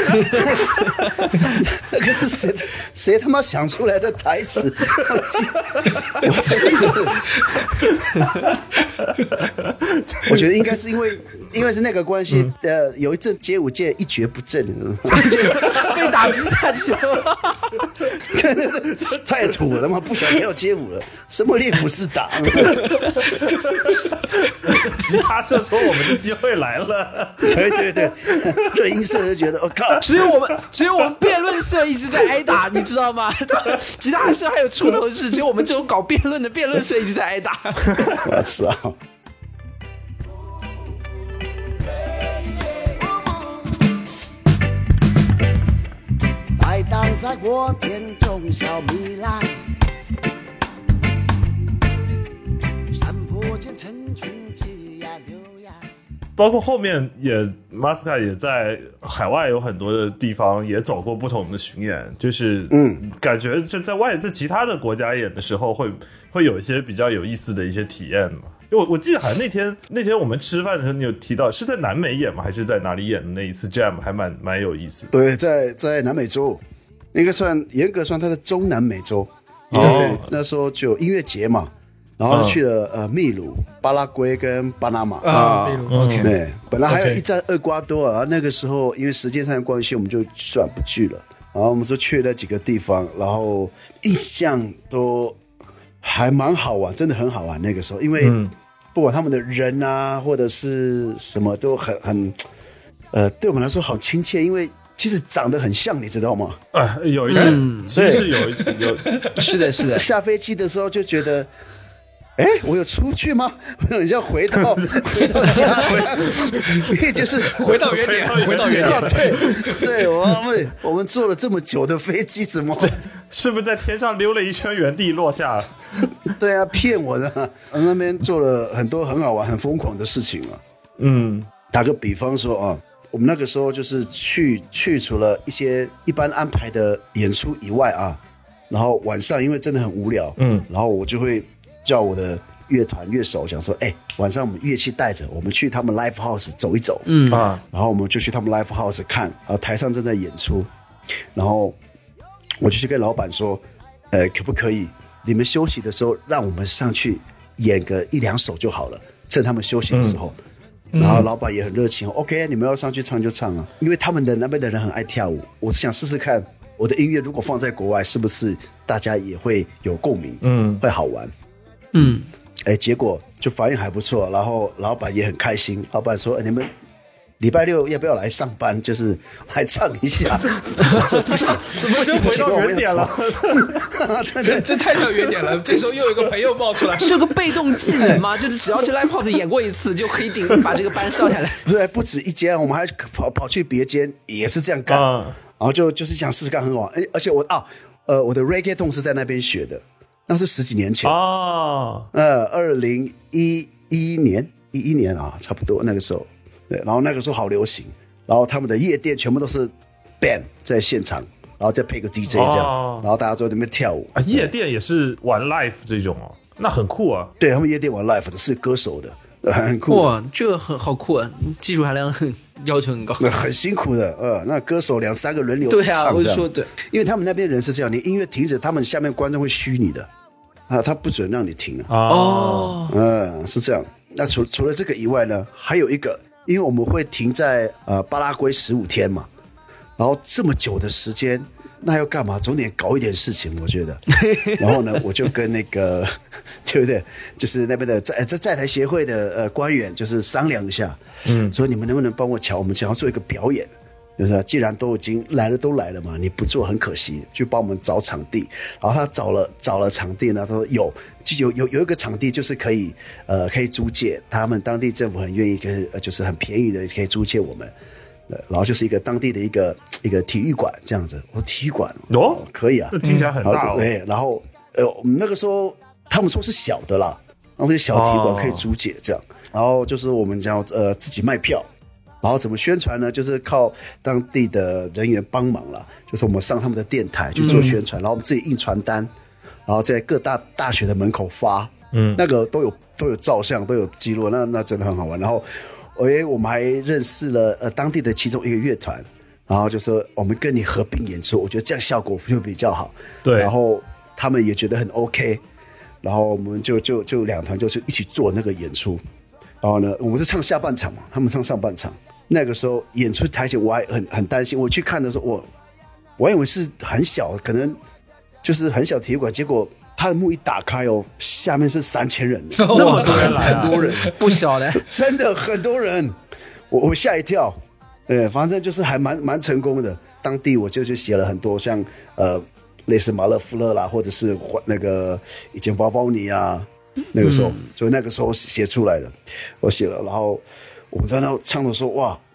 那个是谁谁他妈想出来的台词？我真的是，我觉得应该是因为因为是那个关系，嗯、呃，有一阵街舞界一蹶不振， 被打击下去了。 太土了嘛，不想跳街舞了，什么练武士打？ 吉他社说我们的机会来了。 对对对，热音社就觉得我、哦、靠， 只有我们只有我们辩论社一直在挨打，你知道吗？吉他社还有出头日，只有我们这种搞辩论的辩论社一直在挨打。 我操！ 摆荡在我田中小米兰，山坡间成群枝桠流芽。 包括后面也马斯卡也在海外有很多的地方也走过不同的巡演，就是嗯，感觉这在外在其他的国家演的时候会会有一些比较有意思的一些体验嘛。因为我我记得好像那天那天我们吃饭的时候，你有提到是在南美演吗？还是在哪里演的那一次 jam 还蛮蛮有意思的。 对，在在南美洲，应该算严格算它的中南美洲。 哦， 对，那时候就有音乐节嘛，然后去了、嗯、呃秘鲁、巴拉圭跟巴拿马啊。秘鲁 OK， 对，本来还有一站厄瓜多尔，然后那个时候因为时间上的关系，我们就算不去了。然后我们就去了几个地方，然后印象都还蛮好玩，真的很好玩。那个时候，因为不管他们的人啊，或者是什么，都很很，呃，对我们来说好亲切，因为其实长得很像，你知道吗？ 啊，有一点，嗯、其实是有有， 是的，是的。 下飞机的时候就觉得，哎，我有出去吗？很像回到回到家乡，就是回到原点，回到原点。 对，对，我们我们坐了这么久的飞机，怎么是不是在天上溜了一圈，原地落下？ 对啊，骗我的！那边做了很多很好玩、很疯狂的事情啊。 嗯， 打个比方说啊，我们那个时候就是去去除了一些一般安排的演出以外啊，然后晚上因为真的很无聊，嗯，然后我就会叫我的乐团乐手想说，哎，晚上我们乐器带着，我们去他们 live house 走一走，嗯啊，然后我们就去他们 live house 看，啊，台上正在演出，然后我就去跟老板说，呃，可不可以你们休息的时候让我们上去演个一两首就好了，趁他们休息的时候。嗯，然后老板也很热情、嗯、OK 你们要上去唱就唱啊，因为他们的那边的人很爱跳舞，我是想试试看我的音乐如果放在国外是不是大家也会有共鸣，嗯，会好玩，嗯，哎，结果就反应还不错，然后老板也很开心，老板说、哎、你们礼拜六要不要来上班？就是来唱一下。说不行， 不行，回到原点了。 对对， 这太像原点了。这时候又有一个朋友冒出来， 是个被动技能吗？就是只要去 live house 演过一次，就可以顶把这个班上下来。 不是，不止一间，我们还跑跑去别间，也是这样干。嗯、然后就就是想试试看，很好。而且我啊，呃，我的 reggaeton 是在那边学的，那是十几年前哦。 呃，二零一一年，一一年啊，差不多那个时候。对，然后那个时候好流行，然后他们的夜店全部都是 band 在现场，然后再配个 D J 这样，哦、然后大家都在那边跳舞。 啊，夜店也是玩 live 这种哦，那很酷啊。 对，他们夜店玩 live 的是歌手的，对，很酷。 哇，这个很好酷啊，技术含量很要求很高， 很辛苦的。呃，那歌手两三个轮流唱。 对啊，我就说对， 因为他们那边人是这样，你音乐停止，他们下面观众会嘘你的啊，他不准让你停啊。 哦， 嗯，是这样。那除除了这个以外呢，还有一个。因为我们会停在呃巴拉圭十五天嘛，然后这么久的时间，那要干嘛？总得搞一点事情，我觉得。然后呢，我就跟那个对不对，就是那边的在在在台协会的呃官员，就是商量一下，嗯，说你们能不能帮我瞧，我们想要做一个表演，就是既然都已经来了都来了嘛，你不做很可惜，去帮我们找场地。然后他找了找了场地呢，他说有。有有有一个场地就是可以呃可以租借，他们当地政府很愿意跟呃就是很便宜的可以租借我们，呃然后就是一个当地的一个一个体育馆这样子。我说体育馆哦可以啊， 那听起来很大哦。 对，然后呃我们那个时候他们说是小的啦，然后是小体育馆可以租借这样，哦、然后就是我们讲呃自己卖票，然后怎么宣传呢？就是靠当地的人员帮忙啦，就是我们上他们的电台去做宣传，嗯、然后我们自己印传单。然后在各大大学的门口发，嗯，那个都有都有照相，都有记录，那那真的很好玩。然后，哎，我们还认识了呃当地的其中一个乐团，然后就说我们跟你合并演出，我觉得这样效果就比较好。 对， 然后他们也觉得很 OK， 然后我们就就就两团就是一起做那个演出。然后呢，我们是唱下半场嘛，他们唱上半场。那个时候演出台前我还很很担心，我去看的时候，我我以为是很小，可能。就是很小体育馆，结果他的幕一打开哦，下面是三千人， 那么多人来， 很多人， 不小的， 真的很多人，我我吓一跳，对，反正就是还蛮蛮成功的。当地我就就写了很多像呃类似马勒夫勒啦，或者是那个以前包包尼啊，那个时候、嗯、就那个时候写出来的，我写了，然后我们在那唱的时候哇。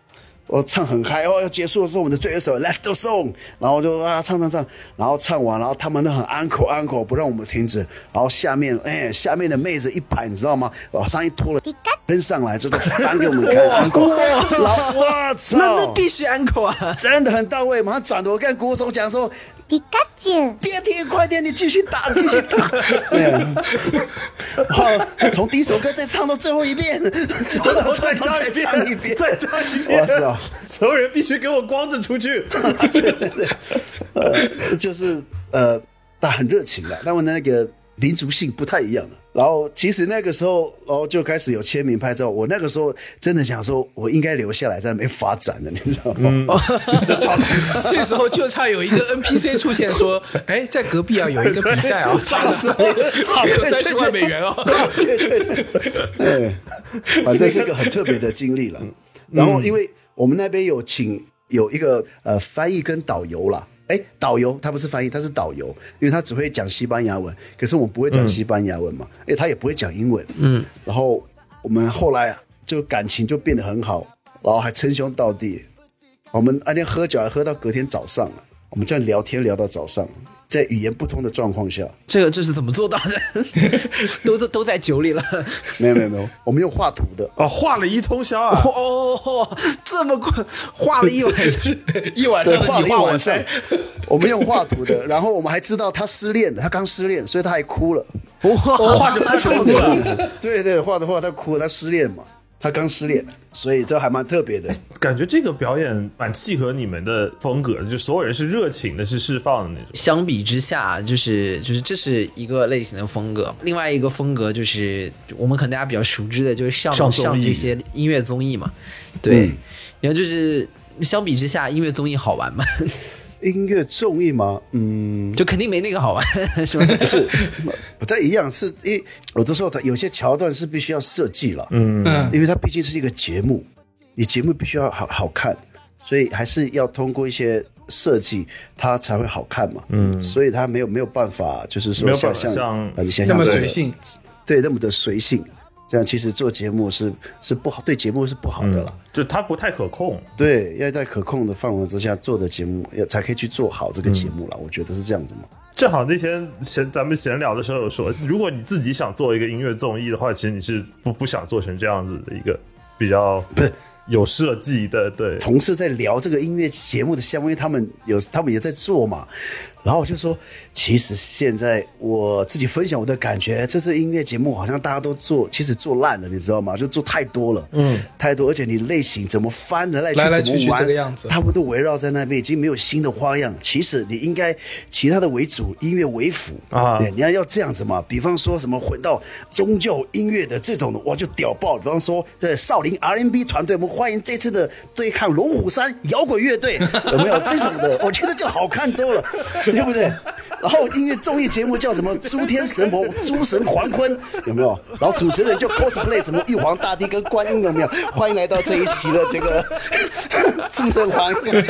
我唱很嗨哦，要结束的时候我们的最后一首 Let's Do Song， 然后就啊唱唱唱，然后唱完，然后他们都很安口安口不让我们停止，然后下面哎下面的妹子一排你知道吗？往上一拖了跟上来之后翻给我们看安口，然后我操， 那那必须安口啊， 真的很到位，马上转头跟鼓手讲说。皮卡丘，别停，快点，你继续打，继续打。对，哇，从第一首歌再唱到最后一遍，最后再再唱一遍， 再唱一遍。 我操， 所有人必须给我光着出去。 对对对，呃，就是呃，他很热情了，但我那个民族性不太一样了。然后其实那个时候，然后就开始有签名拍照。我那个时候真的想说，我应该留下来在那边发展的，你知道吗？嗯、 这时候就差有一个 N P C 出现说：“哎，在隔壁啊有一个比赛啊，三十好有三十万美元哦。” 对对对，对，反正是一个很特别的经历了。然后因为我们那边有请有一个呃翻译跟导游啦。哎，导游他不是翻译，他是导游，因为他只会讲西班牙文，可是我们不会讲西班牙文嘛，哎、嗯，他也不会讲英文，嗯，然后我们后来就感情就变得很好，然后还称兄道弟，我们那天喝酒还喝到隔天早上，我们这样聊天聊到早上，在语言不通的状况下， 这个这是怎么做到的？都都都在酒里了， 没有没有没有，我们用画图的哦，画了一通宵啊， 哦，这么快，画了一晚上， 一晚上， 画了一晚上，我们用画图的，然后我们还知道他失恋了，他刚失恋，所以他还哭了， 哇，画着他哭了， 对对，画着画他哭了，他失恋嘛。他刚失恋，所以这还蛮特别的。 感觉这个表演蛮契合你们的风格，就所有人是热情的，是释放的那种。 相比之下，就是就是这是一个类型的风格，另外一个风格就是我们可能大家比较熟知的，就是上上上这些音乐综艺嘛。对，嗯、然后就是相比之下，音乐综艺好玩吗？ 音乐综艺吗？嗯， 就肯定没那个好玩，是吧？ 不是，不太一样。是因为有的时候，它有些桥段是必须要设计了，嗯，因为它毕竟是一个节目，你节目必须要好好看，所以还是要通过一些设计，它才会好看嘛。嗯，所以它没有没有办法，就是说像像你想象那么随性， 对，那么的随性。这样其实做节目是是不好，对节目是不好的了、嗯， 就它不太可控。 对，要在可控的范围之下做的节目，要才可以去做好这个节目了、嗯。我觉得是这样子嘛。 正好那天闲咱们闲聊的时候有说，如果你自己想做一个音乐综艺的话，其实你是不不想做成这样子的一个比较不是有设计的。对， 同事在聊这个音乐节目的项目，因为他们有他们也在做嘛。然后我就说，其实现在我自己分享我的感觉，这次音乐节目好像大家都做，其实做烂了，你知道吗？就做太多了，嗯，太多，而且你类型怎么翻来来去来来去去怎么玩， 这个样子， 他们都围绕在那边，已经没有新的花样。其实你应该其他的为主，音乐为辅啊，对，你要要这样子嘛。比方说什么混到宗教音乐的这种的，哇，就屌爆了。比方说，对，少林 R and B 团队，我们欢迎这次的对抗龙虎山摇滚乐队，有没有这种的？我觉得就好看多了。对不对？然后音乐综艺节目叫什么诸天神佛、诸神黄昏，有没有？然后主持人就 cosplay 什么玉皇大帝跟观音，有没有？欢迎来到这一期的这个诸神黄昏。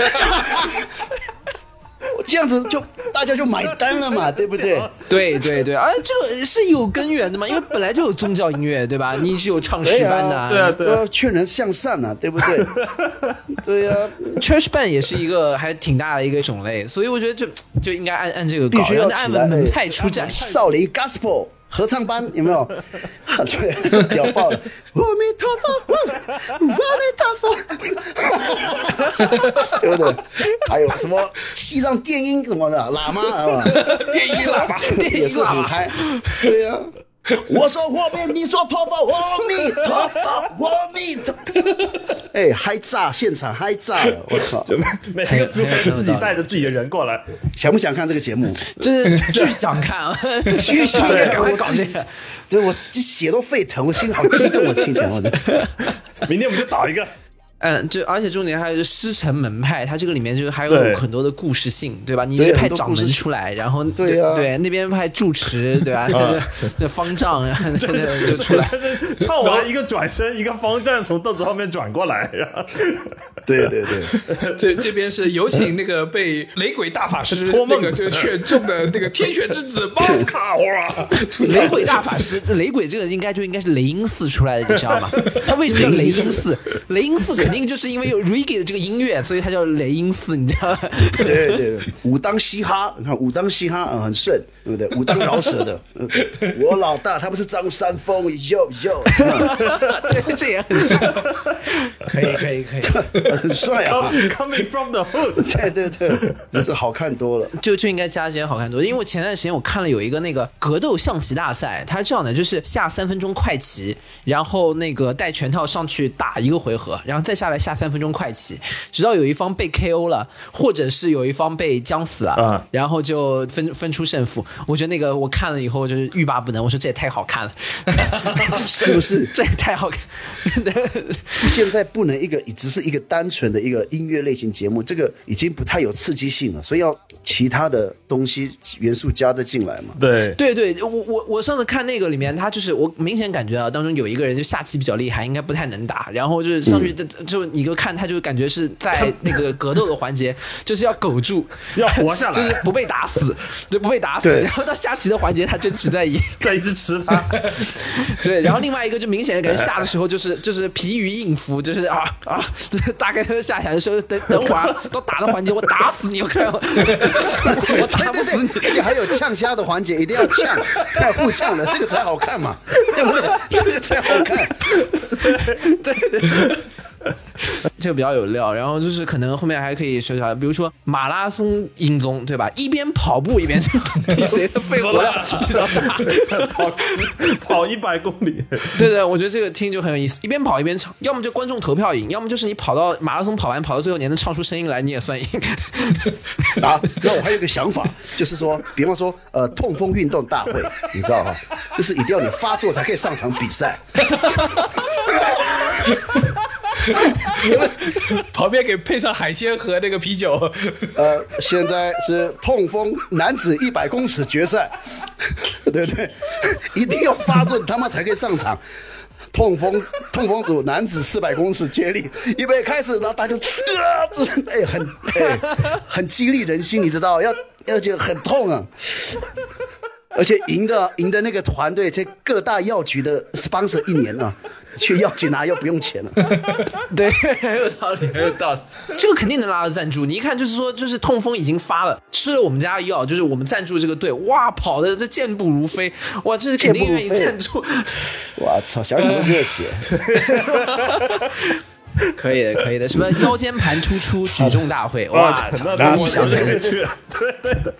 这样子就大家就买单了嘛，对不对？ 对对对，而这个是有根源的嘛，因为本来就有宗教音乐，对吧？你是有唱诗班的、啊， 对啊，对啊， 劝人向善啊，对不对？对呀、啊、 ，church band 也是一个还挺大的一个种类，所以我觉得就就应该按按这个搞， 必须要按门派出战， 少林 gospel。合唱班有没有？对，屌爆了！阿弥陀佛，阿弥陀佛，对不对？还有什么西藏电音什么的喇嘛啊？ 电音喇嘛，电音也是很嗨。对呀、啊。我说我命，你说陀佛，阿弥陀佛，阿弥陀佛。哎，嗨炸！现场嗨炸了！我操！ 每个组员自己带着自己的人过来， 想不想看这个节目？ 真是巨想看啊！ 巨想看，赶快搞这个！对，我血都沸腾，我心好激动，我听起来我的。 明天我们就导一个。 嗯，就而且重点还有师承门派，它这个里面就是还有很多的故事性，对吧？你是派掌门出来，然后对呀、啊， 对那边派住持，对吧？这方丈啊，对对就出来， 唱完一个转身，一个方丈从凳子后面转过来，然后对对对， 这这边是有请那个被雷鬼大法师那个这个选中的那个天选之子巴斯卡哇， 雷鬼大法师，雷鬼这个应该就应该是雷音寺出来的，你知道吗？他为什么叫雷音寺？雷音寺。 肯定就是因为有 reggae 的这个音乐，所以它叫雷音寺，你知道吗？ 对对对，武当嘻哈，你看武当嘻哈、呃、很顺，对不对？武当饶舌的，呃、我老大他不是张三丰，哟哟， 对，这也很帅， 可以可以可以， 很帅啊 Coming from the hood， 对对对，就是好看多了。 就就应该加减好看多，因为我前段时间我看了有一个那个格斗象棋大赛，它是这样的，就是下三分钟快棋，然后那个带拳套上去打一个回合，然后再下来下三分钟快棋，直到有一方被 K O 了，或者是有一方被僵死了， 啊、 然后就分分出胜负。我觉得那个我看了以后就是欲罢不能，我说这也太好看了， 是不是？ 这也太好看。 现在不能一个只是一个单纯的一个音乐类型节目，这个已经不太有刺激性了，所以要其他的东西元素加得进来嘛。 对对对，我我我上次看那个里面，他就是我明显感觉啊，当中有一个人就下棋比较厉害，应该不太能打，然后就是上去就、嗯、就你就看他就感觉是在那个格斗的环节，就是要苟住， 要活下来， 就是不被打死，就不被打死。然后到下棋的环节，他争执在赢， 在一直吃他。 对，然后另外一个就明显的感觉下的时候就是就是疲于应付，就是啊啊，大概他下起来的时候，等等会儿到打的环节，我打死你，我看我我打不死你， 而且还有呛虾的环节，一定要呛，要互呛的，这个才好看嘛，对不对？这个才好看。 对对对。这个比较有料，然后就是可能后面还可以说啥，比如说马拉松英宗，对吧？一边跑步一边唱，比谁的肺活量比较大， 跑跑一百公里。 对对，我觉得这个听就很有意思，一边跑一边唱，要么就观众投票赢，要么就是你跑到马拉松跑完跑到最后你能唱出声音来，你也算赢。 啊，那我还有一个想法，就是说，比方说，呃，痛风运动大会，你知道哈，就是一定要你发作才可以上场比赛。 旁边给配上海鲜和那个啤酒。 呃，现在是痛风男子一百公尺决赛，对不对？一定要发作，他妈才可以上场。痛风痛风组男子四百公尺接力，预备开始，然后大家就啊，这哎很哎很激励人心，你知道？要要觉得很痛啊。而且赢的赢的那个团队，在各大药局的 sponsor 一年啊，去药局拿药不用钱了。 对，很有道理，很有道理。这个肯定能拉到赞助。你一看就是说，就是痛风已经发了，吃了我们家的药，就是我们赞助这个队，哇，跑的这健步如飞，哇，这是肯定愿意赞助。 我操，想想都热血。 可以的，可以的。什么腰间盘突出举重大会？哇， 那你想这个去，对对的，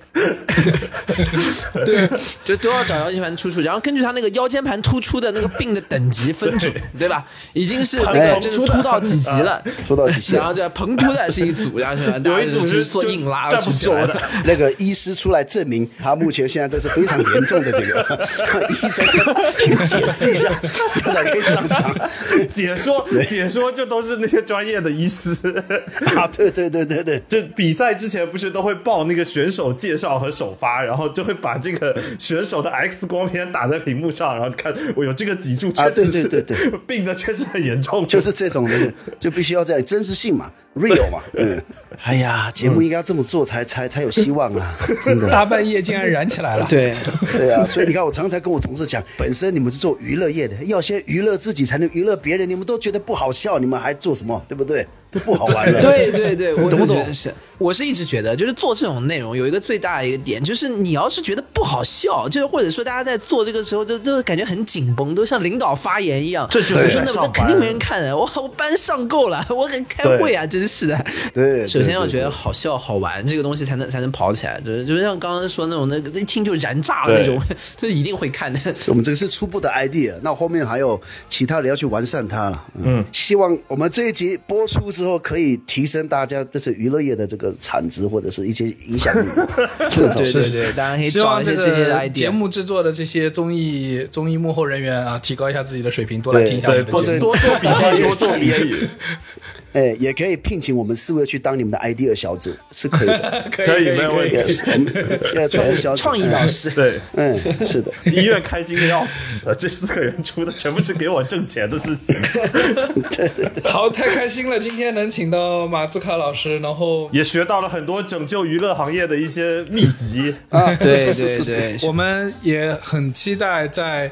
对，就都要找腰间盘突出，然后根据他那个腰间盘突出的那个病的等级分组，对吧？已经是那个就是突到几级了， 突到几级， 然后这膨突的是一组，然后有一组是做硬拉站不起来的。 那个医师出来证明，他目前现在这是非常严重的这个，医生请解释一下，他才可以上场。 解说解说就都是那些专业的医师啊，对对对对对， 就比赛之前不是都会报那个选手介绍和首发，然后就会把这个选手的 X 光片打在屏幕上，然后看我有这个脊柱确实是、啊、对对对对，病的确实很严重， 就是这种的，就必须要在真实性嘛 ，real 嘛，嗯，哎呀，节目应该要这么做才才才有希望啊，真的， 大半夜竟然燃起来了， 对对啊，所以你看，我常常跟我同事讲，本身你们是做娱乐业的，要先娱乐自己才能娱乐别人，你们都觉得不好笑，你们还做什么？对不对？都不好玩了。 对对对，我懂不懂？ 是，我是一直觉得，就是做这种内容有一个最大的一个点，就是你要是觉得不好笑，就是或者说大家在做这个时候就就感觉很紧绷，都像领导发言一样， 这就是说那肯定没人看的。我我班上够了，我很开会啊，真是的。 对， 首先要觉得好笑好玩，这个东西才能才能跑起来。就是就是像刚刚说那种那一听就燃炸的那种，这一定会看的。 我们这个是初步的 idea， 那后面还有其他的要去完善它了。嗯，希望我们这一集播出之后可以提升大家这是娱乐业的这个产值或者是一些影响力。 对对对，大家可以找一些这些的 idea。 节目制作的这些综艺综艺幕后人员啊，提高一下自己的水平，多来听一下我们的节目， 多做笔记，多做笔记。 哎，也可以聘请我们四位去当你们的 idea 小组，是可以的， 可以，没有问题。 要创意小组， 创意导师， 对， 嗯，是的， 医院开心的要死，这四个人出的全部是给我挣钱的事情。 对对对， 好，太开心了，今天能请到马兹卡老师，然后也学到了很多拯救娱乐行业的一些秘籍啊，对对对， 我们也很期待在。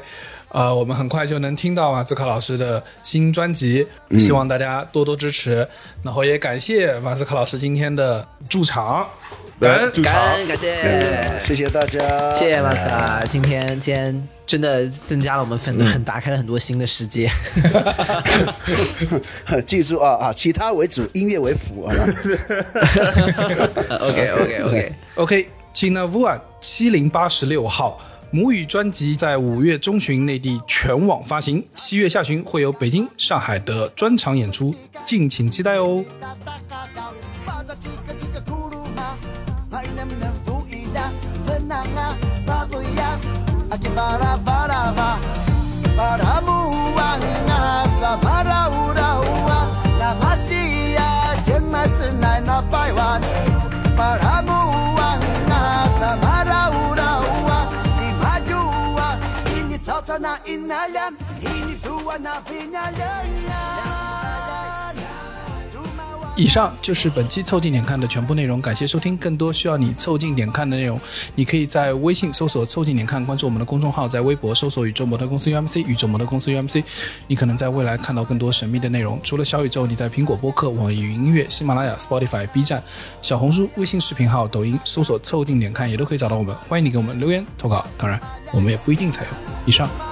呃，我们很快就能听到马斯卡老师的新专辑，希望大家多多支持。然后也感谢马斯卡老师今天的驻场，感恩驻场感恩感谢， 谢谢大家， 谢谢马斯卡，今天今天真的增加了我们很很打开了很多新的世界。 记住啊啊，其他为主，音乐为辅啊。 OK OK OK OK， Chinavua 七零八十六号母语专辑在五月中旬内地全网发行，七月下旬会有北京、上海的专场演出，敬请期待哦。以上就是本期凑近点看的全部内容，感谢收听。更多需要你凑近点看的内容，你可以在微信搜索凑近点看，关注我们的公众号，在微博搜索宇宙模特公司 U M C 宇宙模特公司 U M C， 你可能在未来看到更多神秘的内容。除了小宇宙，你在苹果播客、网易云音乐、喜马拉雅、Spotify、B 站、小红书、微信视频号、抖音搜索凑近点看也都可以找到我们。欢迎你给我们留言投稿，当然我们也不一定采用。以上。